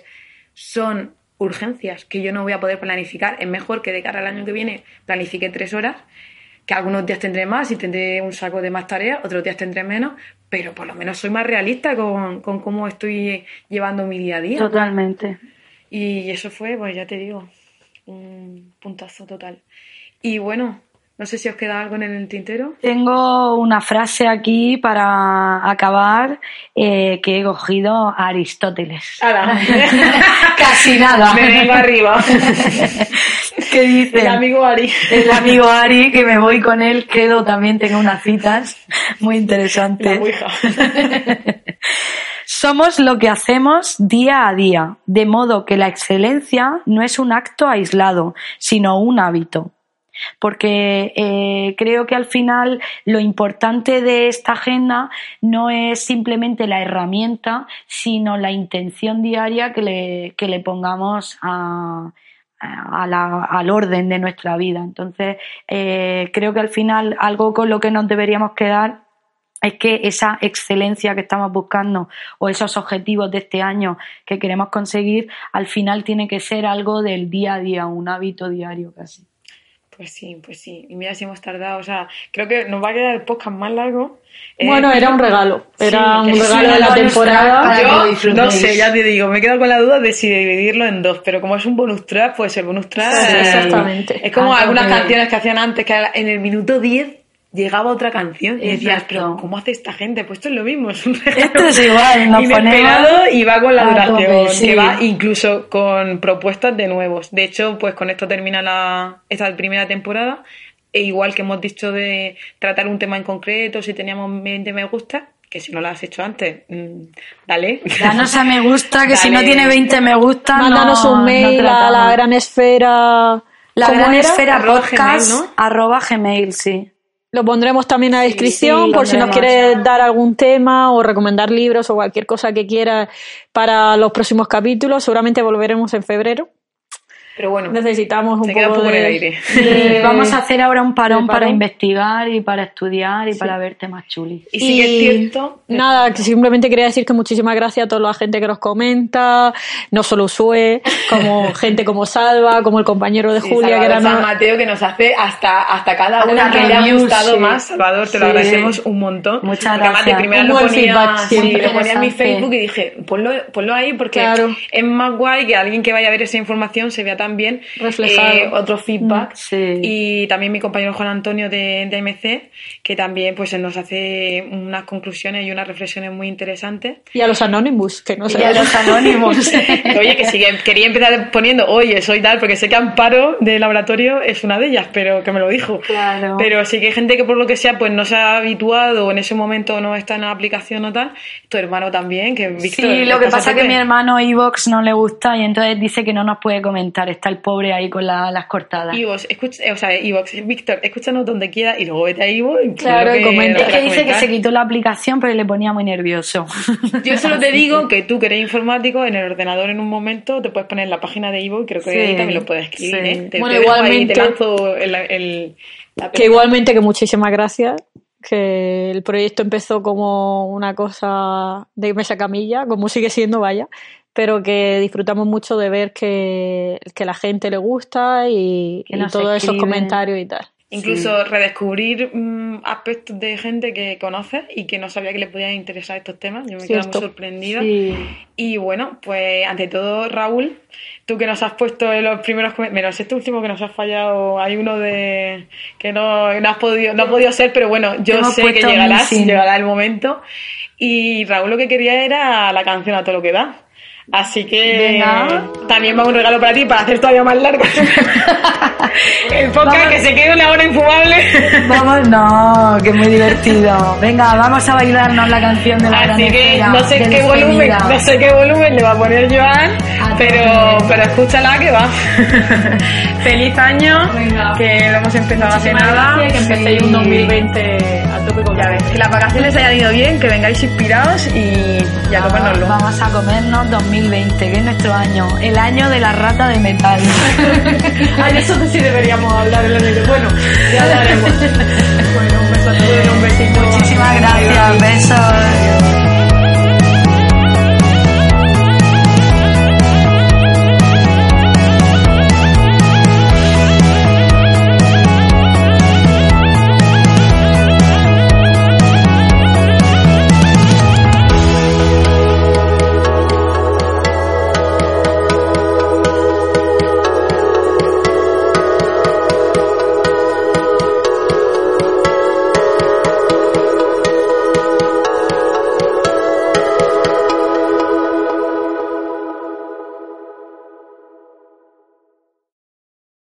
son urgencias que yo no voy a poder planificar. Es mejor que de cara al año que viene planifique tres horas, que algunos días tendré más y tendré un saco de más tareas, otros días tendré menos, pero por lo menos soy más realista con, con cómo estoy llevando mi día a día. Totalmente. Y eso fue, pues ya te digo... un puntazo total. Y bueno, no sé si os queda algo en el tintero. Tengo una frase aquí para acabar eh, que he cogido a Aristóteles. Casi nada. Me vengo arriba. ¿Qué dice? El amigo Ari. El amigo Ari, que me voy con él, quedo también, tengo unas citas muy interesantes. La ouija. Somos lo que hacemos día a día, de modo que la excelencia no es un acto aislado, sino un hábito. Porque eh, creo que al final lo importante de esta agenda no es simplemente la herramienta, sino la intención diaria que le, que le pongamos a, a la, al orden de nuestra vida. Entonces, eh, creo que al final algo con lo que nos deberíamos quedar es que esa excelencia que estamos buscando o esos objetivos de este año que queremos conseguir, al final tiene que ser algo del día a día, un hábito diario casi. Pues sí, pues sí. Y mira si hemos tardado. O sea, creo que nos va a quedar el podcast más largo. Bueno, eh, era un regalo. Era sí, un regalo sí, de la temporada. Yo no sé, ya te digo, me he quedado con la duda de si dividirlo en dos, pero como es un bonus track, pues el bonus track... Sí, eh, exactamente. Es como Ah, algunas okay. canciones que hacían antes, que en el minuto diez llegaba otra canción y decías, Exacto. pero ¿cómo hace esta gente? Pues esto es lo mismo, es un regalo Esto es igual, nos inesperado ponemos y va con la a duración, tope, sí. que va incluso con propuestas de nuevos. De hecho, pues con esto termina la esta primera temporada. E igual que hemos dicho de tratar un tema en concreto, si teníamos veinte me gusta, que si no lo has hecho antes, mmm, dale. Danos a me gusta, que Dale. si no tiene veinte me gusta, Mándanos no, un mail no a tratamos. la gran esfera. La ¿Cómo gran era? esfera Arroba podcast Gmail, ¿no? arroba gmail, sí. Lo pondremos también en la descripción sí, por si nos pondremos. quieres dar algún tema o recomendar libros o cualquier cosa que quieras para los próximos capítulos. Seguramente volveremos en febrero. Pero bueno, Necesitamos un se queda un poco poco en de, el aire. Eh, vamos a hacer ahora un parón ¿Un para parón? investigar y para estudiar y para ver temas chulis. Y sí que es cierto. Nada, que simplemente quería decir que muchísimas gracias a toda la gente que nos comenta, no solo Usue, como gente como Salva, como el compañero de Sí, Julia, que Salvador era San no- Mateo, que nos hace hasta, hasta cada Hace una una que le ha review, gustado sí. más. Salvador, te lo Sí. agradecemos un montón. Muchas Porque además de gracias. primera Un lo buen ponía, feedback sí, siempre. lo ponía en mi Interesante. Facebook y dije, ponlo, ponlo ahí porque Claro. es más guay que alguien que vaya a ver esa información se vea también reflejado eh, otro feedback. Mm, sí. Y también mi compañero Juan Antonio de, de A M C, que también pues nos hace unas conclusiones y unas reflexiones muy interesantes. Y a los Anonymous, que no sé. Y a los Anonymous. Oye, que sí, que quería empezar poniendo, oye, soy tal, porque sé que Amparo de laboratorio es una de ellas, pero que me lo dijo. Claro. Pero sí que hay gente que por lo que sea pues no se ha habituado o en ese momento no está en la aplicación o tal. Tu hermano también, que Víctor. Sí, lo que pasa es que Pepe. mi hermano iVoox no le gusta y entonces dice que no nos puede comentar. Está el pobre ahí con la, las cortadas. iVoox, escucha, o sea, iVoox, Víctor, escúchanos donde quiera y luego vete a iVoox. y Claro, lo y comenta. lo Es que quieras dice que comentar. se quitó la aplicación pero le ponía muy nervioso. Yo solo te digo que tú que eres informático, en el ordenador en un momento te puedes poner en la página de iVoox, creo que Sí, ahí también lo puedes escribir, sí. ¿eh? Te, Bueno, te dejo ahí, igualmente- te lanzo el, el, la Que igualmente que muchísimas gracias, que el proyecto empezó como una cosa de mesa camilla, como sigue siendo, vaya, pero que disfrutamos mucho de ver que, que la gente le gusta y, Que y nos todos esos escriben. comentarios y tal. Incluso redescubrir mmm, aspectos de gente que conoces y que no sabía que le podían interesar estos temas. Yo me quedé Cierto. muy sorprendida. Sí. Y bueno, pues ante todo, Raúl, tú que nos has puesto en los primeros comentarios, menos este último que nos has fallado, hay uno de que no, no has podido, no ha podido ser, pero bueno, yo Hemos sé que puesto llegarás, missing. llegará el momento. Y Raúl lo que quería era la canción A Todo Lo Que Da. Así que Venga. también va un regalo para ti para hacer todavía más largo el podcast, Vamos. que se quede una hora infumable. Vamos, no, que es muy divertido. Venga, vamos a bailarnos la canción de la gran Así que espera, no sé de qué volumen, despedida. no sé qué volumen le va a poner Joan, A pero, tope. pero escúchala que va. Feliz año, Venga. que lo hemos empezado hace Muchísimas nada. gracias, que empecéis Sí. un dos mil veinte a tope con Ya la ves, que las vacaciones hayan ido bien, que vengáis inspirados y ya Vamos, tomárnoslo. vamos a comernos dos mil veinte, que es nuestro año, el año de la rata de metal. Ah, de eso sí deberíamos hablar en el vídeo. Bueno, ya hablaremos. Bueno, un beso a todos, un besito. Muchísimas gracias, besos.